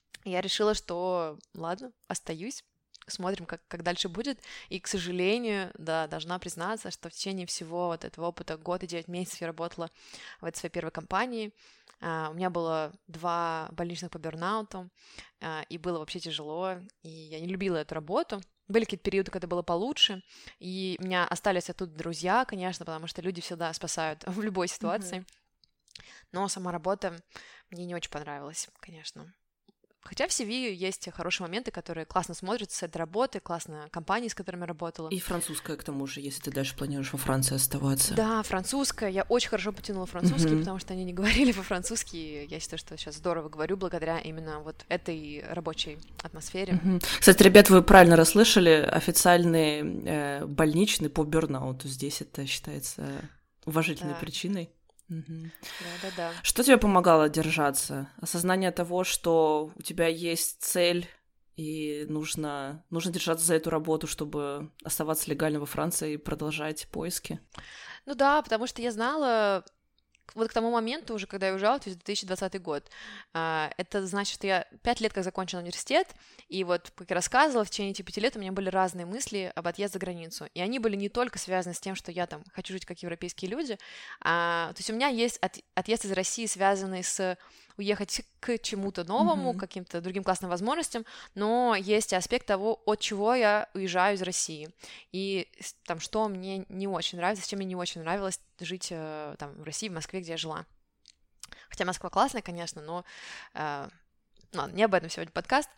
я решила, что ладно, остаюсь, смотрим, как, как дальше будет, и, к сожалению, да, должна признаться, что в течение всего вот этого опыта, год и девять месяцев я работала в этой своей первой компании. Uh, у меня было два больничных по бернауту, uh, и было вообще тяжело, и я не любила эту работу. Были какие-то периоды, когда было получше, и у меня остались оттуда друзья, конечно, потому что люди всегда спасают в любой ситуации, mm-hmm. но сама работа мне не очень понравилась, конечно. Хотя в си ви есть хорошие моменты, которые классно смотрятся с этой работы, классно компании, с которыми я работала. И французская, к тому же, если ты дальше планируешь во Франции оставаться. Да, французская. Я очень хорошо потянула французский, mm-hmm. потому что они не говорили по-французски. Я считаю, что сейчас здорово говорю благодаря именно вот этой рабочей атмосфере. Mm-hmm. Кстати, ребят, вы правильно расслышали, официальный э, больничный по бернауту. Здесь это считается уважительной да. причиной. Угу. Да-да-да. Что тебе помогало держаться? Осознание того, что у тебя есть цель, и нужно, нужно держаться за эту работу, чтобы оставаться легально во Франции и продолжать поиски? Ну да, потому что я знала... Вот к тому моменту уже, когда я уезжала, то есть две тысячи двадцатый год, это значит, что я пять лет как закончила университет, и вот, как я рассказывала, в течение этих пяти лет у меня были разные мысли об отъезде за границу, и они были не только связаны с тем, что я там хочу жить как европейские люди, а, то есть у меня есть от, отъезд из России, связанный с уехать к чему-то новому, mm-hmm. каким-то другим классным возможностям, но есть аспект того, от чего я уезжаю из России, и там, что мне не очень нравится, с чем мне не очень нравилось жить там в России, в Москве, где я жила. Хотя Москва классная, конечно, но... Э, ладно, не об этом сегодня подкаст.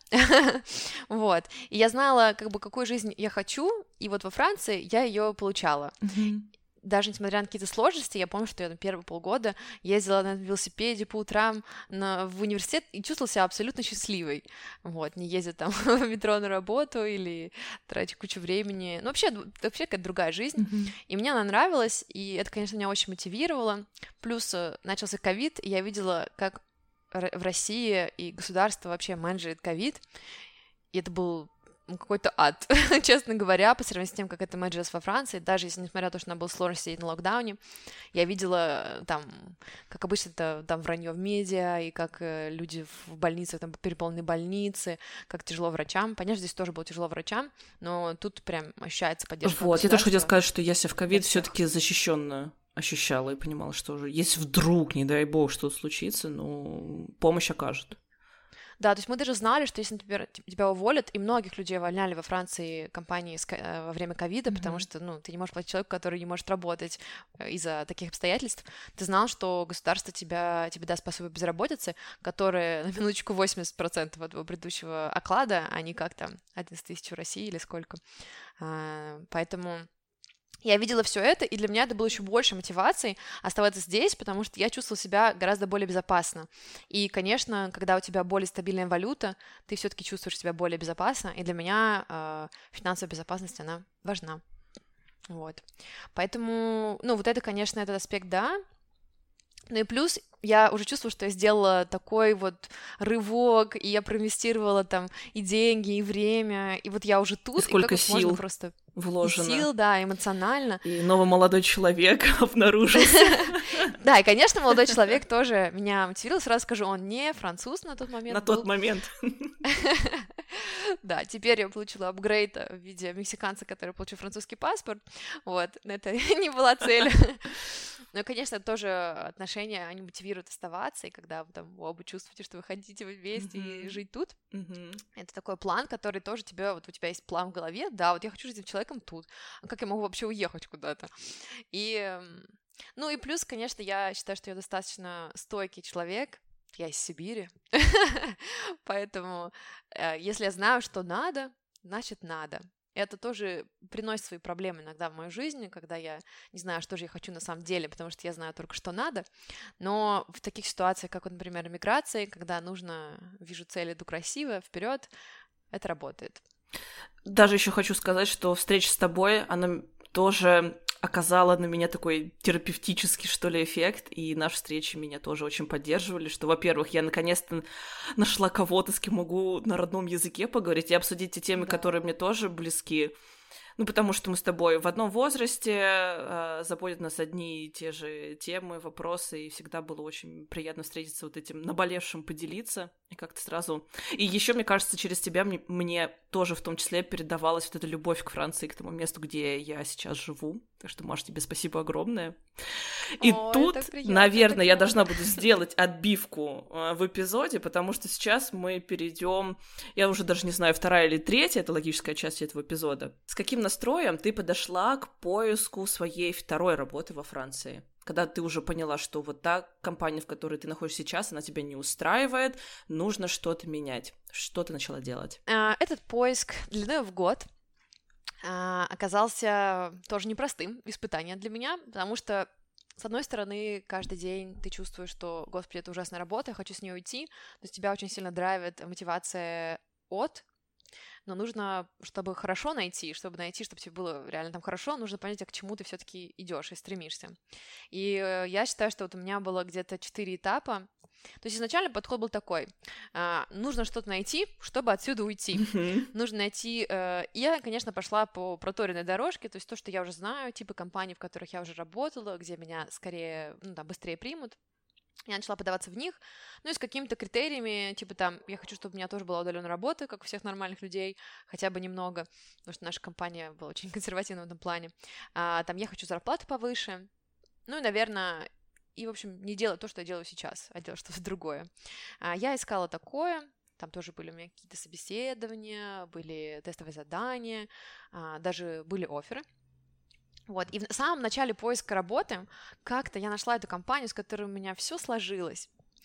Вот. И я знала, как бы, какую жизнь я хочу, и вот во Франции я ее получала. Mm-hmm. Даже несмотря на какие-то сложности, я помню, что я на первые полгода ездила на велосипеде по утрам на, в университет и чувствовала себя абсолютно счастливой. Вот, не ездя там в метро на работу или тратить кучу времени. Ну, вообще, вообще какая-то другая жизнь. Mm-hmm. И мне она нравилась, и это, конечно, меня очень мотивировало. Плюс начался ковид, и я видела, как в России и государство вообще менеджерит ковид. И это был... какой-то ад, честно говоря, по сравнению с тем, как это менеджерилось во Франции, даже если, несмотря на то, что нам было сложно сидеть на локдауне, я видела там, как обычно, это там вранье в медиа, и как люди в больницах, там переполнены больницы, как тяжело врачам. Понятно, здесь тоже было тяжело врачам, но тут прям ощущается поддержка. Вот, я тоже хотела сказать, что я себя в ковид все-таки защищенно ощущала и понимала, что уже если вдруг, не дай бог, что случится, ну, помощь окажут. Да, то есть мы даже знали, что если, например, тебя уволят, и многих людей увольняли во Франции компании во время ковида, mm-hmm. потому что, ну, ты не можешь платить человеку, который не может работать из-за таких обстоятельств, ты знал, что государство тебя, тебе даст пособие безработицы, которое, на минуточку, восемьдесят процентов от твоего предыдущего оклада, а не как там одиннадцать тысяч в России или сколько. Поэтому... Я видела все это, и для меня это было еще больше мотивацией оставаться здесь, потому что я чувствовала себя гораздо более безопасно. И, конечно, когда у тебя более стабильная валюта, ты все-таки чувствуешь себя более безопасно, и для меня э, финансовая безопасность, она важна. Вот. Поэтому, ну, вот это, конечно, этот аспект, да. Ну и плюс я уже чувствовала, что я сделала такой вот рывок, и я проинвестировала там и деньги, и время, и вот я уже тут, и сколько и сил можно просто... вложено. И сил, да, эмоционально. И новый молодой человек обнаружился. Да, и, конечно, молодой человек тоже меня мотивировал, сразу скажу, он не француз на тот момент. На тот момент. Да, теперь я получила апгрейд в виде мексиканца, который получил французский паспорт. Вот, это не была цель. Но, конечно, тоже отношения, они мотивируют оставаться, и когда вы там оба чувствуете, что вы хотите вместе mm-hmm. и жить тут, mm-hmm. это такой план, который тоже тебе, вот у тебя есть план в голове, да, вот я хочу жить с этим человеком тут, а как я могу вообще уехать куда-то? И, ну и плюс, конечно, я считаю, что я достаточно стойкий человек, я из Сибири, поэтому если я знаю, что надо, значит надо. Это тоже приносит свои проблемы иногда в мою жизнь, когда я не знаю, что же я хочу на самом деле, потому что я знаю только, что надо. Но в таких ситуациях, как, вот, например, миграции, когда нужно, вижу цель, иду красиво, вперед, это работает. Даже еще хочу сказать, что встреча с тобой, она тоже оказала на меня такой терапевтический, что ли, эффект, и наши встречи меня тоже очень поддерживали, что, во-первых, я наконец-то нашла кого-то, с кем могу на родном языке поговорить и обсудить те темы, да. которые мне тоже близки. Ну, потому что мы с тобой в одном возрасте, э, заботят нас одни и те же темы, вопросы, и всегда было очень приятно встретиться вот этим наболевшим, поделиться, и как-то сразу... И еще, мне кажется, через тебя мне, мне тоже в том числе передавалась вот эта любовь к Франции, к тому месту, где я сейчас живу, так что, Маш, тебе спасибо огромное. И Ой, тут, приятно, наверное, я должна буду сделать отбивку э, в эпизоде, потому что сейчас мы перейдем, я уже даже не знаю, вторая или третья, это логическая часть этого эпизода. С каким настроем ты подошла к поиску своей второй работы во Франции? Когда ты уже поняла, что вот та компания, в которой ты находишься сейчас, она тебя не устраивает, нужно что-то менять. Что ты начала делать? Этот поиск длиной в год оказался тоже непростым испытанием для меня, потому что, с одной стороны, каждый день ты чувствуешь, что, господи, это ужасная работа, я хочу с нее уйти, то есть тебя очень сильно драйвит мотивация от, но нужно, чтобы хорошо найти, чтобы найти, чтобы тебе было реально там хорошо, нужно понять, а к чему ты все-таки идешь и стремишься. И я считаю, что вот у меня было где-то четыре этапа. То есть изначально подход был такой: а, нужно что-то найти, чтобы отсюда уйти. Mm-hmm. Нужно найти... Э, я, конечно, пошла по проторенной дорожке, то есть то, что я уже знаю, типы компаний, в которых я уже работала, где меня скорее, ну да, быстрее примут. Я начала подаваться в них, ну и с какими-то критериями, типа там, я хочу, чтобы у меня тоже была удаленная работа, как у всех нормальных людей, хотя бы немного, потому что наша компания была очень консервативна в этом плане. А, там я хочу зарплату повыше, ну и, наверное, и, в общем, не делать то, что я делаю сейчас, а делать что-то другое. А, я искала такое, там тоже были у меня какие-то собеседования, были тестовые задания, а, даже были офферы. Вот, и в самом начале поиска работы как-то я нашла эту компанию, с которой у меня все сложилось.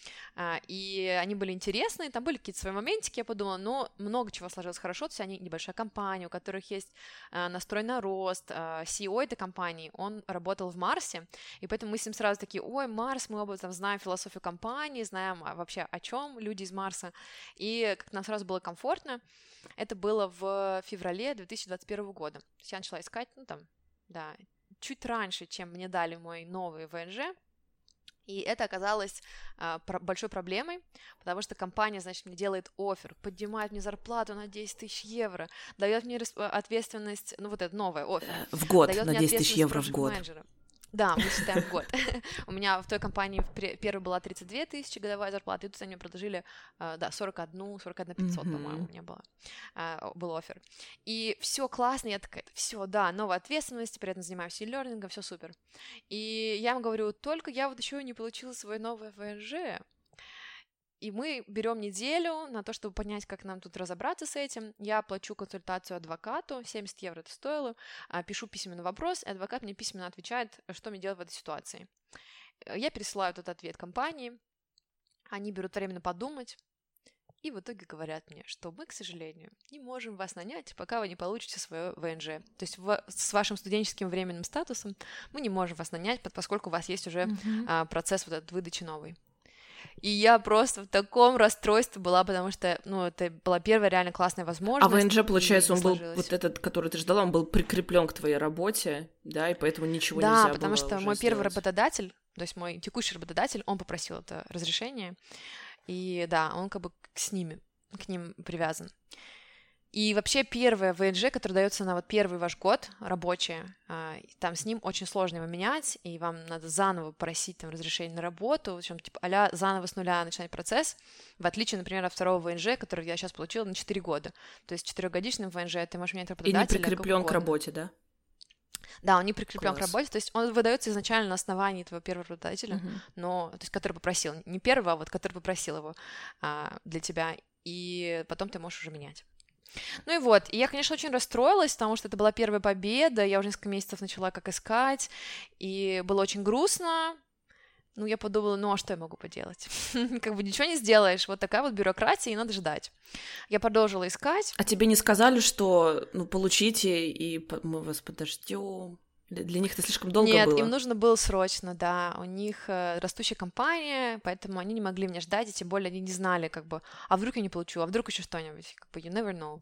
И они были интересные, там были какие-то свои моментики, я подумала, но много чего сложилось хорошо, то есть они небольшая компания, у которых есть настрой на рост, си и о этой компании, он работал в Марсе, и поэтому мы с ним сразу такие: ой, Марс, мы оба там знаем философию компании, знаем вообще о чем люди из Марса, и как нам сразу было комфортно. Это было в феврале две тысячи двадцать первого года, то есть я начала искать, ну там, да, чуть раньше, чем мне дали мой новый вэ эн жэ, и это оказалось а, про- большой проблемой, потому что компания, значит, мне делает оффер, поднимает мне зарплату на десять тысяч евро, дает мне респ- ответственность, ну вот это новое оффер. В год, на десять тысяч евро в год. Менеджера. Да, мы считаем в год. У меня в той компании первой была тридцать две тысячи годовая зарплата, и тут они мне предложили, да, сорок одну, сорок одна пятьсот, mm-hmm. по-моему, у меня было, был оффер. И все классно, я такая: все, да, новая ответственность, при этом занимаюсь e-learning, все супер. И я им говорю: только я вот еще не получила свой новый вэ эн жэ. И мы берем неделю на то, чтобы понять, как нам тут разобраться с этим. Я плачу консультацию адвокату, семьдесят евро это стоило, пишу письменный вопрос, и адвокат мне письменно отвечает, что мне делать в этой ситуации. Я пересылаю этот ответ компании, они берут время подумать, и в итоге говорят мне, что мы, к сожалению, не можем вас нанять, пока вы не получите свое вэ эн жэ. То есть в, с вашим студенческим временным статусом мы не можем вас нанять, поскольку у вас есть уже mm-hmm. а, процесс вот этот выдачи новый. И я просто в таком расстройстве была, потому что, ну, это была первая реально классная возможность. А вэ эн жэ, получается, он был, вот этот, который ты ждала, он был прикреплен к твоей работе, да, и поэтому ничего да, нельзя было Да, потому что уже мой сделать. Первый работодатель, то есть мой текущий работодатель, он попросил это разрешение, и да, он как бы с ними, к ним привязан. И вообще первое вэ эн джи, которое дается на вот первый ваш год рабочий, там с ним очень сложно его менять, и вам надо заново просить там разрешение на работу, в общем, типа а-ля заново с нуля начинать процесс, в отличие, например, от второго вэ эн джи, который я сейчас получила на четыре года. То есть четырехгодичным вэ эн джи ты можешь менять работодателя. И не прикреплен к работе, да? Да, он не прикреплен Класс. к работе, то есть он выдается изначально на основании твоего первого работодателя, uh-huh. но, то есть, который попросил, не первого, а вот который попросил его а, для тебя, и потом ты можешь уже менять. Ну и вот, и я, конечно, очень расстроилась, потому что это была первая победа, я уже несколько месяцев начала как искать, и было очень грустно. Ну, я подумала, ну, а что я могу поделать? Как бы ничего не сделаешь, вот такая вот бюрократия, и надо ждать. Я продолжила искать. А тебе не сказали, что, ну, получите, и мы вас подождем? Для них это слишком долго Нет, было? Нет, им нужно было срочно, да, у них э, растущая компания, поэтому они не могли меня ждать, и тем более они не знали, как бы, а вдруг я не получу, а вдруг еще что-нибудь, как бы, you never know.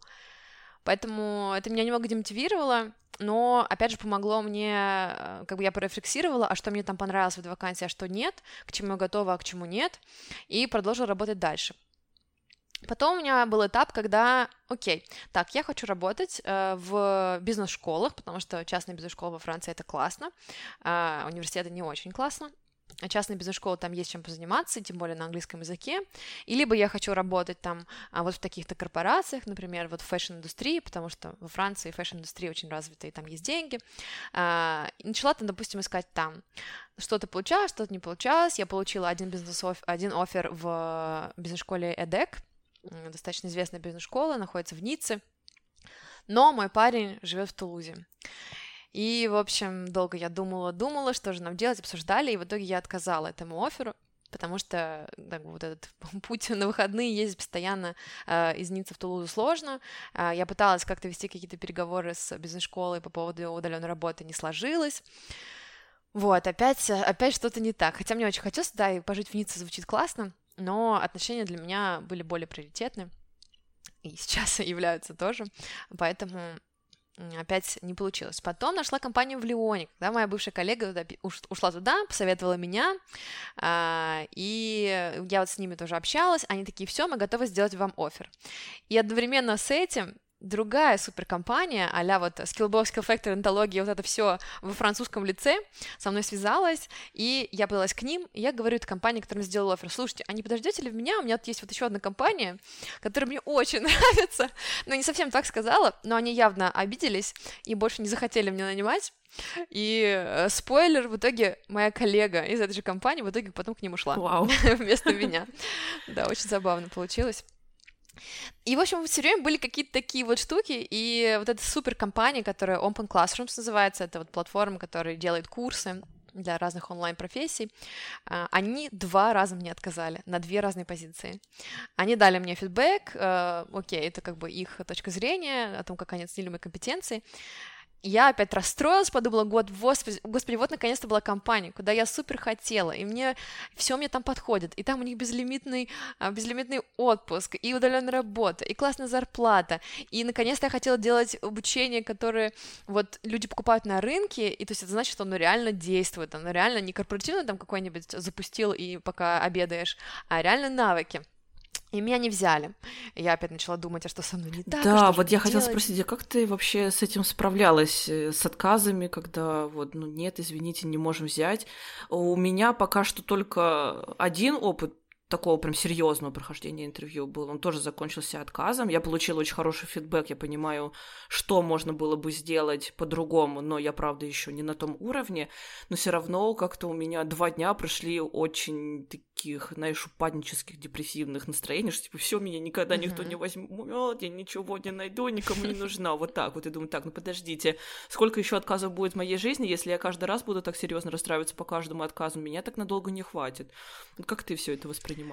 Поэтому это меня немного демотивировало, но, опять же, помогло мне, как бы я порефлексировала, а что мне там понравилось в этой вакансии, а что нет, к чему я готова, а к чему нет, и продолжила работать дальше. Потом у меня был этап, когда, окей, так, я хочу работать э, в бизнес-школах, потому что частная бизнес-школа во Франции — это классно, э, университеты не очень классно. Частная бизнес-школа, там есть чем позаниматься, тем более на английском языке, и либо я хочу работать там а, вот в таких-то корпорациях, например, вот в фэшн-индустрии, потому что во Франции фэшн-индустрия очень развита, и там есть деньги, а, и начала там, допустим, искать там. Что-то получалось, что-то не получалось, я получила один бизнес-оффер, один оффер в бизнес-школе эдек, достаточно известная бизнес-школа, находится в Ницце, но мой парень живет в Тулузе. И, в общем, долго я думала-думала, что же нам делать, обсуждали, и в итоге я отказала этому офферу, потому что так, вот этот путь на выходные ездить постоянно э, из Ниццы в Тулузу сложно. Э, я пыталась как-то вести какие-то переговоры с бизнес-школой по поводу удаленной работы, не сложилось. Вот, опять, опять что-то не так. Хотя мне очень хотелось, да, и пожить в Ницце звучит классно, но отношения для меня были более приоритетны, и сейчас являются тоже, поэтому опять не получилось. Потом нашла компанию в Лионе, когда моя бывшая коллега туда, ушла туда, посоветовала меня, и я вот с ними тоже общалась, они такие, все, мы готовы сделать вам оффер. И одновременно с этим другая суперкомпания, а-ля вот Skillbox, Skillfactor, Антология, вот это все во французском лице со мной связалась, и я подалась к ним, и я говорю этой компании, которая мне сделала оффер, слушайте, а не подождете ли меня, у меня тут есть вот еще одна компания, которая мне очень нравится, но не совсем так сказала, но они явно обиделись и больше не захотели меня нанимать, и э, спойлер, в итоге моя коллега из этой же компании в итоге потом к ним ушла вместо меня. Да, очень забавно получилось. И, в общем, все время были какие-то такие вот штуки, и вот эта суперкомпания, которая Open Classrooms называется, это вот платформа, которая делает курсы для разных онлайн-профессий, они два раза мне отказали на две разные позиции. Они дали мне фидбэк, окей, это как бы их точка зрения о том, как они оценили мои компетенции. Я опять расстроилась, подумала, год, господи, господи, вот наконец-то была компания, куда я супер хотела, и мне все мне там подходит, и там у них безлимитный, безлимитный отпуск, и удаленная работа, и классная зарплата, и наконец-то я хотела делать обучение, которое вот люди покупают на рынке, и то есть это значит, что оно реально действует, оно реально не корпоративно там какой-нибудь запустил и пока обедаешь, а реально навыки. И меня не взяли. Я опять начала думать, а что со мной не так? Да, вот я хотела спросить, а как ты вообще с этим справлялась, с отказами, когда вот, ну нет, извините, не можем взять? У меня пока что только один опыт такого прям серьезного прохождения интервью был. Он тоже закончился отказом. Я получила очень хороший фидбэк, я понимаю, что можно было бы сделать по-другому, но я, правда, еще не на том уровне. Но все равно как-то у меня два дня прошли очень таких, знаешь, упаднических, депрессивных настроений, что типа все, меня никогда никто uh-huh. не возьмет, я ничего не найду, никому не нужна. Вот так вот. И думаю, так, ну подождите, сколько еще отказов будет в моей жизни, если я каждый раз буду так серьезно расстраиваться по каждому отказу, меня так надолго не хватит. Вот как ты все это воспринимаешь?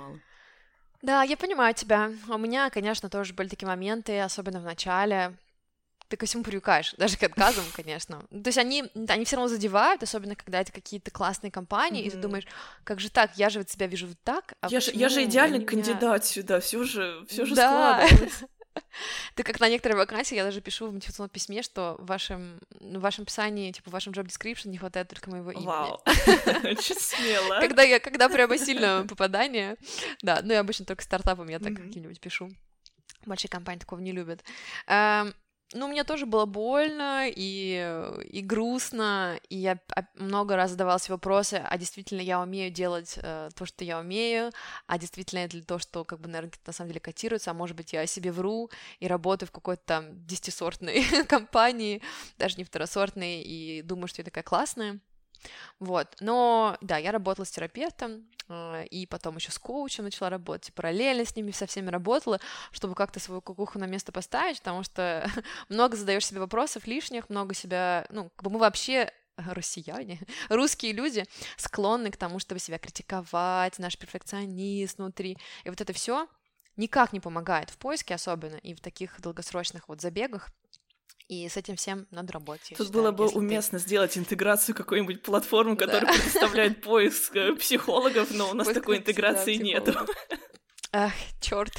Да, я понимаю тебя. У меня, конечно, тоже были такие моменты, особенно в начале. Ты ко всему привыкаешь, даже к отказам, конечно. То есть они, они все равно задевают, особенно когда это какие-то классные компании, mm-hmm. и ты думаешь, как же так, я же вот себя вижу вот так. А я, же, я же идеальный кандидат меня... сюда, все же, все же да. складывалось. Ты как на некоторые вакансии, я даже пишу в мотивационном письме, что в вашем, в вашем описании, типа в вашем job description не хватает только моего имени. Вау, очень смело. Когда я, когда прямо сильное попадание, да, ну я обычно только стартапам я так каким-нибудь пишу. Большие компании такого не любят. Эм, Ну, мне тоже было больно и, и грустно, и я много раз задавала себе вопросы, а действительно я умею делать э, то, что я умею, а действительно это ли то, что как бы на рынке на самом деле котируется, а может быть я о себе вру и работаю в какой-то там десятисортной компании, даже не второсортной, и думаю, что я такая классная. Вот, но да, я работала с терапевтом, и потом еще с коучем начала работать, и параллельно с ними со всеми работала, чтобы как-то свою кукуху на место поставить, потому что много задаешь себе вопросов лишних, много себя, ну, как бы мы вообще россияне, русские люди склонны к тому, чтобы себя критиковать, наш перфекционист внутри, и вот это все никак не помогает в поиске особенно, и в таких долгосрочных вот забегах. И с этим всем надо работать. Тут считаю, было бы уместно ты... сделать интеграцию какой-нибудь платформы, которая да. предоставляет поиск психологов, но у нас такой интеграции нету. Ах, чёрт.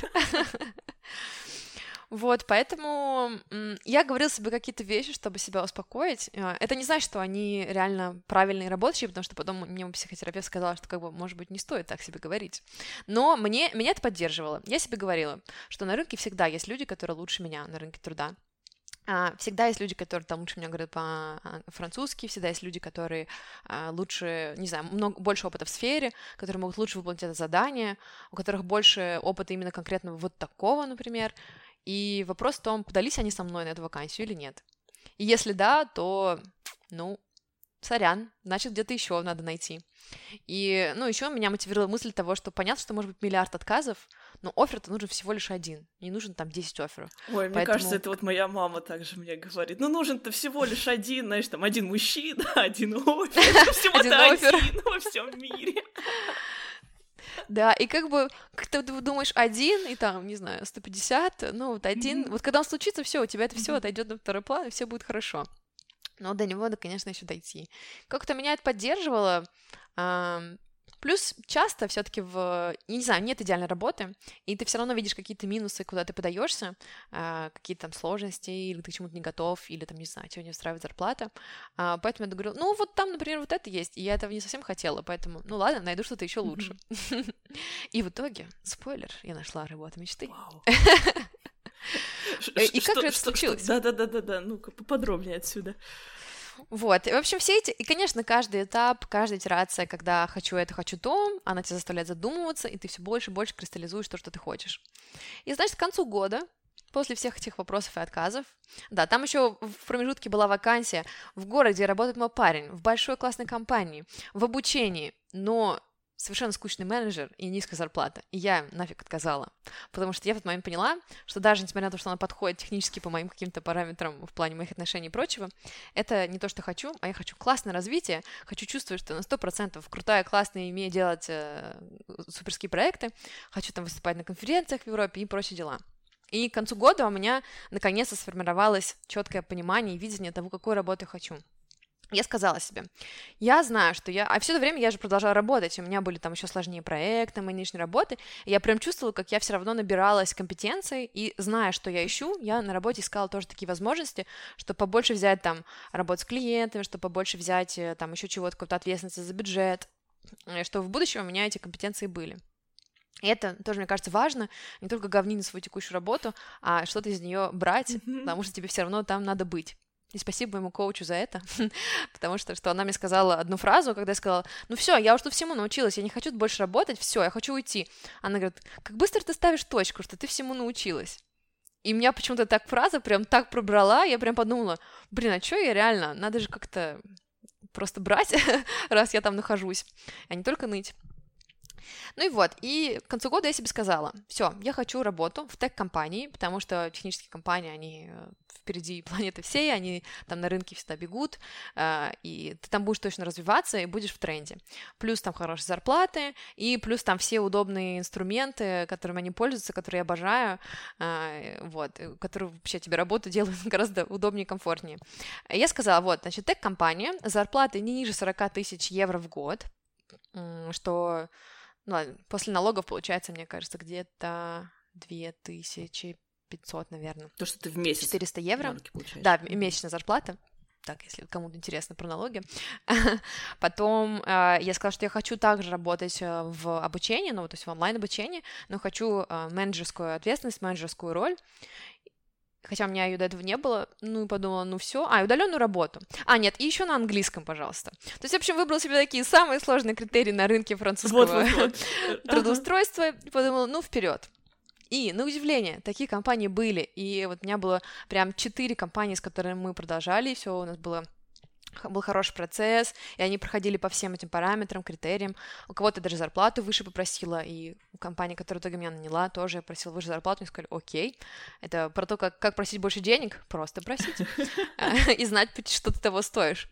Вот, поэтому я говорила себе какие-то вещи, чтобы себя успокоить. Это не значит, что они реально правильные и работающие, потому что потом мне психотерапевт сказала, что, как бы, может быть, не стоит так себе говорить. Но мне, меня это поддерживало. Я себе говорила, что на рынке всегда есть люди, которые лучше меня на рынке труда. Всегда есть люди, которые там лучше меня говорят по-французски, всегда есть люди, которые лучше, не знаю, много, больше опыта в сфере, которые могут лучше выполнить это задание, у которых больше опыта именно конкретно вот такого, например. И вопрос в том, подались они со мной на эту вакансию или нет. И если да, то, ну, сорян, значит, где-то еще надо найти. И, ну, еще меня мотивировала мысль того, что понятно, что может быть миллиард отказов, но оффер-то нужен всего лишь один, не нужен там десять офферов. Ой, Поэтому... мне кажется, это вот моя мама также мне говорит, ну, нужен-то всего лишь один, знаешь, там, один мужчина, один оффер, всего-то один во всем мире. Да, и как бы, как ты думаешь, один, и там, не знаю, сто пятьдесят, ну, вот один, вот когда он случится, все, у тебя это все отойдет на второй план, и все будет хорошо. Но до него надо, конечно, еще дойти. Как-то меня это поддерживало. Плюс часто все-таки в, я не знаю, нет идеальной работы, и ты все равно видишь какие-то минусы, куда ты подаешься, какие-то там сложности, или ты к чему-то не готов, или там, не знаю, тебя не устраивает зарплата. Поэтому я говорю, ну вот там, например, вот это есть, и я этого не совсем хотела, поэтому, ну ладно, найду что-то еще лучше. И в итоге, спойлер, я нашла работу мечты. И как же это случилось? Да-да-да-да, ну-ка поподробнее отсюда. Вот, и, в общем, все эти, и, конечно, каждый этап, каждая итерация, когда хочу это, хочу то, она тебя заставляет задумываться, и ты все больше и больше кристаллизуешь то, что ты хочешь. И, значит, к концу года, после всех этих вопросов и отказов, да, там еще в промежутке была вакансия в городе, работает мой парень, в большой классной компании, в обучении, но совершенно скучный менеджер и низкая зарплата. И я нафиг отказала. Потому что я в этот момент поняла, что даже несмотря на то, что она подходит технически по моим каким-то параметрам в плане моих отношений и прочего, это не то, что хочу, а я хочу классное развитие, хочу чувствовать, что на сто процентов крутая, классная, имею делать э, суперские проекты, хочу там выступать на конференциях в Европе и прочие дела. И к концу года у меня наконец-то сформировалось четкое понимание и видение того, какой работы я хочу. Я сказала себе, я знаю, что я... А все это время я же продолжала работать, у меня были там еще сложнее проекты, мои нынешние работы, и я прям чувствовала, как я все равно набиралась компетенций, и зная, что я ищу, я на работе искала тоже такие возможности, чтобы побольше взять там работу с клиентами, чтобы побольше взять там еще чего-то, какой-то ответственности за бюджет, чтобы в будущем у меня эти компетенции были. И это тоже, мне кажется, важно, не только говнить свою текущую работу, а что-то из нее брать, mm-hmm. потому что тебе все равно там надо быть. И спасибо моему коучу за это, потому что, что она мне сказала одну фразу, когда я сказала, ну все, я уже тут всему научилась, я не хочу больше работать, все, я хочу уйти. Она говорит, как быстро ты ставишь точку, что ты всему научилась. И меня почему-то так фраза прям так пробрала, я прям подумала, блин, а что я реально, надо же как-то просто брать, раз я там нахожусь, а не только ныть. Ну и вот, и к концу года я себе сказала, все, я хочу работу в тех-компании, потому что технические компании, они впереди планеты всей, они там на рынке всегда бегут, и ты там будешь точно развиваться и будешь в тренде. Плюс там хорошие зарплаты, и плюс там все удобные инструменты, которыми они пользуются, которые я обожаю, вот, которые вообще тебе работу делают гораздо удобнее и комфортнее. Я сказала, вот, значит, тех-компания, зарплаты не ниже сорок тысяч евро в год, что... Ну ладно, после налогов получается, мне кажется, где-то две тысячи пятьсот, наверное. То, что ты в месяц. четыреста евро. Да, месячная зарплата. Так, если кому-то интересно про налоги. Потом э, я сказала, что я хочу также работать э, в обучении, ну, то есть в онлайн-обучении, но хочу э, менеджерскую ответственность, менеджерскую роль. Хотя у меня ее до этого не было, ну и подумала, ну все, а, и удаленную работу. А, нет, и еще на английском, пожалуйста. То есть, в общем, выбрала себе такие самые сложные критерии на рынке французского вот, вот, вот. трудоустройства, и подумала, ну, вперед. И, на удивление, такие компании были, и вот у меня было прям четыре компании, с которыми мы продолжали, и все у нас было... был хороший процесс, и они проходили по всем этим параметрам, критериям. У кого-то даже зарплату выше попросила, и у компании, которая в итоге меня наняла, тоже я просила выше зарплату, и сказали, окей. Это про то, как, как просить больше денег, просто просить, и знать, что ты того стоишь.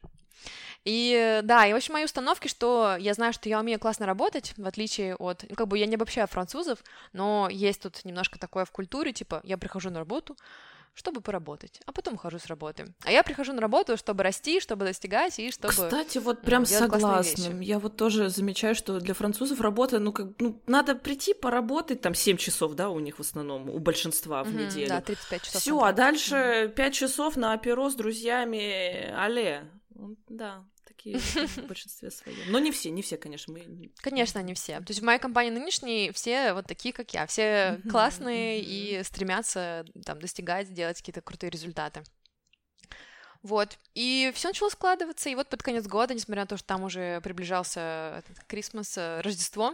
И да, и в общем, мои установки, что я знаю, что я умею классно работать, в отличие от... Ну, как бы я не обобщаю французов, но есть тут немножко такое в культуре, типа, я прихожу на работу, чтобы поработать, а потом ухожу с работы. А я прихожу на работу, чтобы расти, чтобы достигать и чтобы... Кстати, вот прям согласна. Я вот тоже замечаю, что для французов работа, ну, как, ну, надо прийти поработать, там, семь часов, да, у них в основном, у большинства в mm-hmm, неделю. Да, тридцать пять часов. Всё, а дальше mm-hmm. пять часов на аперо с друзьями, але. Да, такие в большинстве своем. Но не все, не все, конечно. Мы... Конечно, не все. То есть в моей компании нынешней все вот такие, как я. Все mm-hmm, классные mm-hmm. и стремятся там достигать, делать какие-то крутые результаты. Вот. И все начало складываться. И вот под конец года, несмотря на то, что там уже приближался Крисмас, Рождество,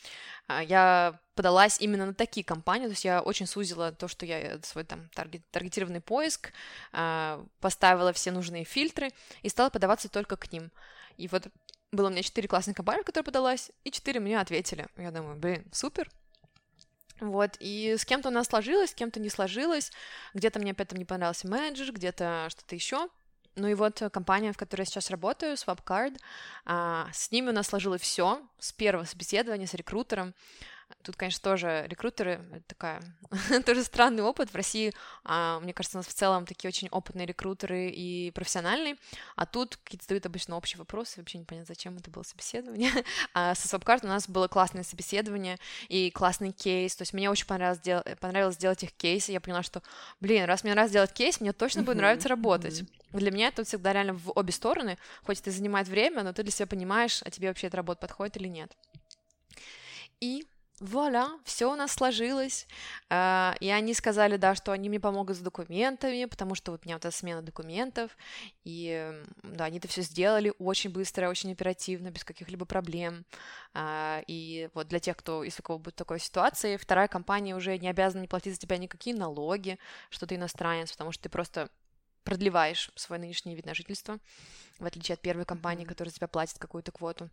я подалась именно на такие компании, то есть я очень сузила то, что я свой там таргет, таргетированный поиск, поставила все нужные фильтры и стала подаваться только к ним. И вот было у меня четыре классных компании, в которые подалась, и четыре мне ответили. Я думаю, блин, супер. Вот, и с кем-то у нас сложилось, с кем-то не сложилось, где-то мне опять там не понравился менеджер, где-то что-то еще. Ну и вот компания, в которой я сейчас работаю, Swapcard, а, с ними у нас сложилось все с первого собеседования с рекрутером. Тут, конечно, тоже рекрутеры, это такая, тоже странный опыт. В России, а, мне кажется, у нас в целом такие очень опытные рекрутеры и профессиональные, а тут какие-то задают обычно общие вопросы, вообще непонятно, зачем это было собеседование. А со Swapcard у нас было классное собеседование и классный кейс, то есть мне очень понравилось, дел... понравилось делать их кейсы, я поняла, что, блин, раз мне нравится делать кейс, мне точно будет нравиться работать. Для меня это всегда реально в обе стороны, хоть это занимает время, но ты для себя понимаешь, а тебе вообще эта работа подходит или нет. И вуаля, все у нас сложилось, и они сказали, да, что они мне помогут с документами, потому что вот у меня вот эта смена документов, и да, они это все сделали очень быстро, очень оперативно, без каких-либо проблем, и вот для тех, кто, если у кого будет такой ситуации, вторая компания уже не обязана не платить за тебя никакие налоги, что ты иностранец, потому что ты просто продлеваешь свой нынешний вид на жительство, в отличие от первой компании, которая за тебя платит какую-то квоту.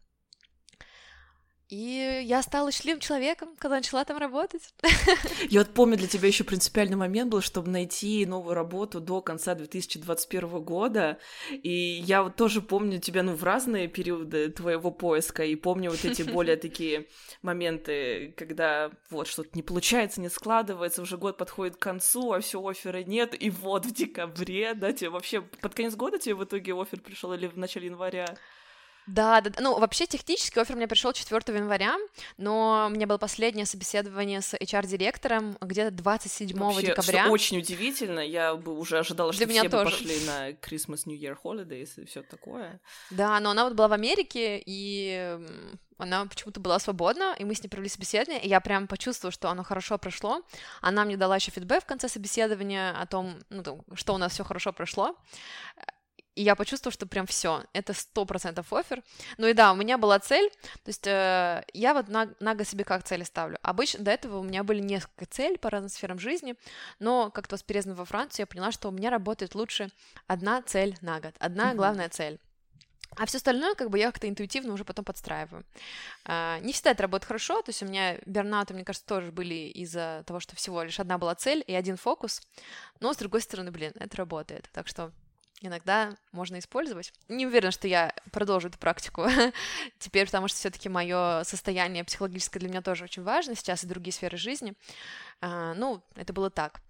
И я стала счастливым человеком, когда начала там работать. Я вот помню, для тебя еще принципиальный момент был, чтобы найти новую работу до конца две тысячи двадцать первого года. И я вот тоже помню тебя, ну, в разные периоды твоего поиска, и помню вот эти более такие моменты, когда вот что-то не получается, не складывается, уже год подходит к концу, а все, оффера нет, и вот в декабре, да, тебе вообще под конец года тебе в итоге оффер пришел или в начале января? Да, да, ну, вообще, технически оффер мне пришел четвёртого января, но у меня было последнее собеседование с эйч ар-директором где-то двадцать седьмого вообще, декабря. Что очень удивительно, я бы уже ожидала, что Для все бы пошли на Christmas, New Year Holidays и все такое. Да, но она вот была в Америке, и она почему-то была свободна, и мы с ней провели собеседование, и я прям почувствовала, что оно хорошо прошло. Она мне дала еще фидбэк в конце собеседования о том, ну, что у нас все хорошо прошло. И я почувствовала, что прям все, это сто процентов оффер. Ну и да, у меня была цель, то есть э, я вот на, на год себе как цели ставлю. Обычно до этого у меня были несколько целей по разным сферам жизни, но как-то с переездом во Францию я поняла, что у меня работает лучше одна цель на год, одна mm-hmm. главная цель. А все остальное, как бы, я как-то интуитивно уже потом подстраиваю. А, не всегда это работает хорошо, то есть у меня бернауты, мне кажется, тоже были из-за того, что всего лишь одна была цель и один фокус, но, с другой стороны, блин, это работает, так что иногда можно использовать. Не уверена, что я продолжу эту практику теперь, потому что все-таки мое состояние психологическое для меня тоже очень важно сейчас и другие сферы жизни. А, ну, это было так.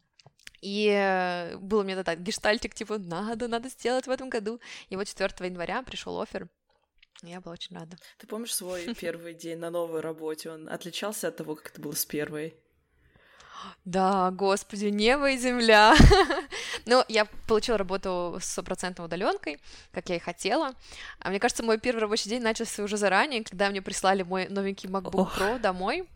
И было у меня так, гештальтик, типа, надо, надо сделать в этом году. И вот четвёртого января пришел оффер. Я была очень рада. Ты помнишь свой первый день на новой работе? Он отличался от того, как это было с первой? Да, господи, небо и земля. Ну, я получила работу с стопроцентной удаленкой, как я и хотела. А мне кажется, мой первый рабочий день начался уже заранее, когда мне прислали мой новенький MacBook Pro домой.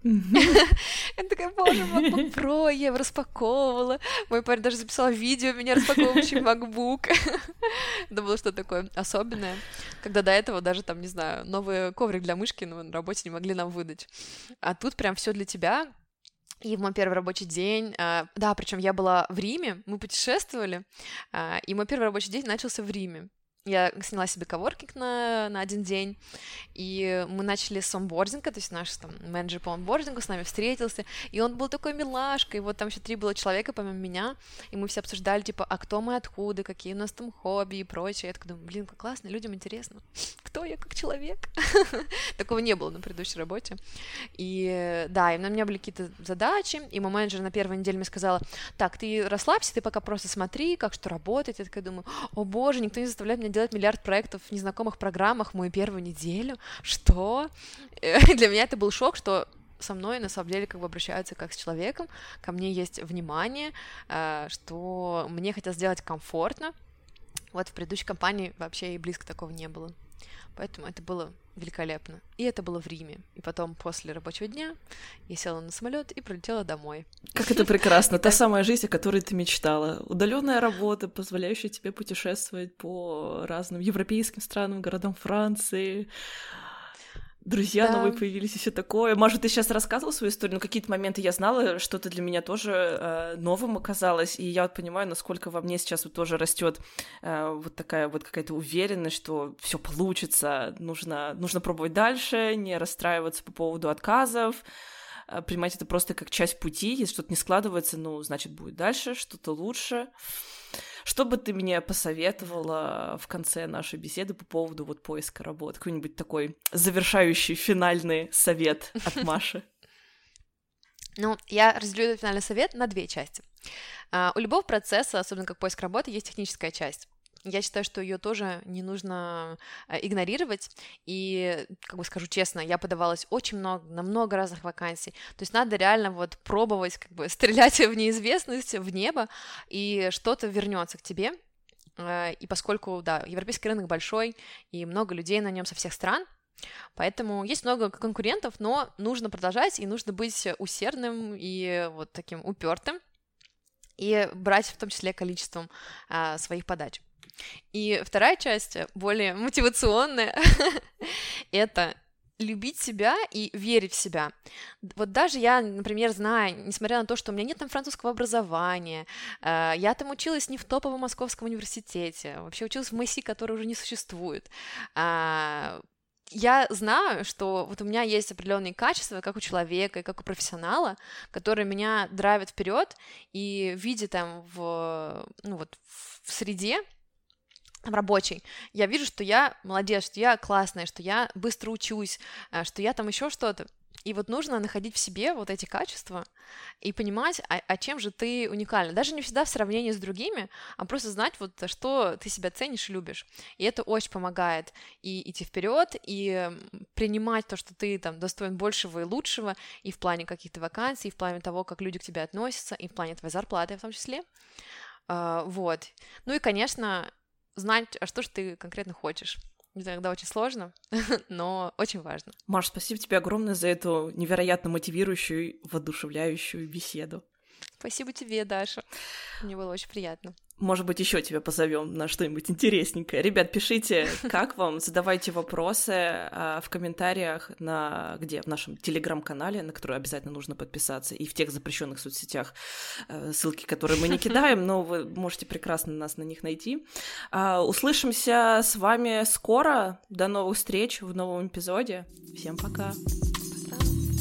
Я такая, боже, MacBook Pro, я его распаковывала. Мой парень даже записал видео меня распаковывающий MacBook. Это было что-то такое особенное, когда до этого даже там, не знаю, новый коврик для мышки на работе не могли нам выдать. А тут прям все для тебя. И в мой первый рабочий день, э, да, причем я была в Риме, мы путешествовали, э, и мой первый рабочий день начался в Риме. Я сняла себе коворкинг на, на один день, и мы начали с онбординга, то есть наш там менеджер по онбордингу с нами встретился, и он был такой милашкой, и вот там еще три было человека помимо меня, и мы все обсуждали, типа, а кто мы, откуда, какие у нас там хобби и прочее. Я такая думаю, блин, как классно, людям интересно, кто я как человек. Такого не было на предыдущей работе. И да, и у меня были какие-то задачи, и мой менеджер на первой неделе мне сказала, так, ты расслабься, ты пока просто смотри, как что работает. Я такая думаю, о боже, никто не заставляет меня делать миллиард проектов в незнакомых программах в мою первую неделю. Что? Для меня это был шок, что со мной на самом деле как бы обращаются как с человеком, ко мне есть внимание, что мне хотят сделать комфортно. Вот в предыдущей компании вообще и близко такого не было. Поэтому это было великолепно. И это было в Риме. И потом, после рабочего дня, я села на самолет и прилетела домой. Как это прекрасно. Та самая жизнь, о которой ты мечтала. Удаленная работа, позволяющая тебе путешествовать по разным европейским странам, городам Франции. Друзья да. новые появились и все такое. Маша, ты сейчас рассказывала свою историю, но какие-то моменты я знала, что-то для меня тоже э, новым оказалось, и я вот понимаю, насколько во мне сейчас вот тоже растет э, вот такая вот какая-то уверенность, что все получится, нужно, нужно пробовать дальше, не расстраиваться по поводу отказов, э, принимать это просто как часть пути, если что-то не складывается, ну, значит, будет дальше, что-то лучше. Что бы ты мне посоветовала в конце нашей беседы по поводу вот поиска работы? Какой-нибудь такой завершающий финальный совет от Маши? Ну, я разделю этот финальный совет на две части. У любого процесса, особенно как поиск работы, есть техническая часть. Я считаю, что ее тоже не нужно игнорировать, и, как бы скажу честно, я подавалась очень много, на много разных вакансий, то есть надо реально вот пробовать, как бы стрелять в неизвестность, в небо, и что-то вернется к тебе, и поскольку, да, европейский рынок большой, и много людей на нем со всех стран, поэтому есть много конкурентов, но нужно продолжать, и нужно быть усердным и вот таким упертым, и брать в том числе количеством а, своих подач. И вторая часть, более мотивационная, это любить себя и верить в себя. Вот даже я, например, знаю, несмотря на то, что у меня нет там французского образования, я там училась не в топовом Московском университете, вообще училась в МСИ, который уже не существует. Я знаю, что вот у меня есть определенные качества, как у человека и как у профессионала, которые меня драйвят вперед, и видя там в, ну вот, в среде, рабочий, я вижу, что я молодец, что я классная, что я быстро учусь, что я там еще что-то. И вот нужно находить в себе вот эти качества и понимать, а, а чем же ты уникальна. Даже не всегда в сравнении с другими, а просто знать, вот, что ты себя ценишь и любишь. И это очень помогает и идти вперед, и принимать то, что ты там достоин большего и лучшего, и в плане каких-то вакансий, и в плане того, как люди к тебе относятся, и в плане твоей зарплаты в том числе. А, вот. Ну и, конечно, знать, а что же ты конкретно хочешь. Это иногда очень сложно, но очень важно. Маш, спасибо тебе огромное за эту невероятно мотивирующую, воодушевляющую беседу. Спасибо тебе, Даша. Мне было очень приятно. Может быть, еще тебя позовем на что-нибудь интересненькое. Ребят, пишите, как вам, задавайте вопросы а, в комментариях на где? В нашем телеграм-канале, на который обязательно нужно подписаться, и в тех запрещенных соцсетях, а, ссылки, которые мы не кидаем, но вы можете прекрасно нас на них найти. А, услышимся с вами скоро. До новых встреч в новом эпизоде. Всем пока. Пока.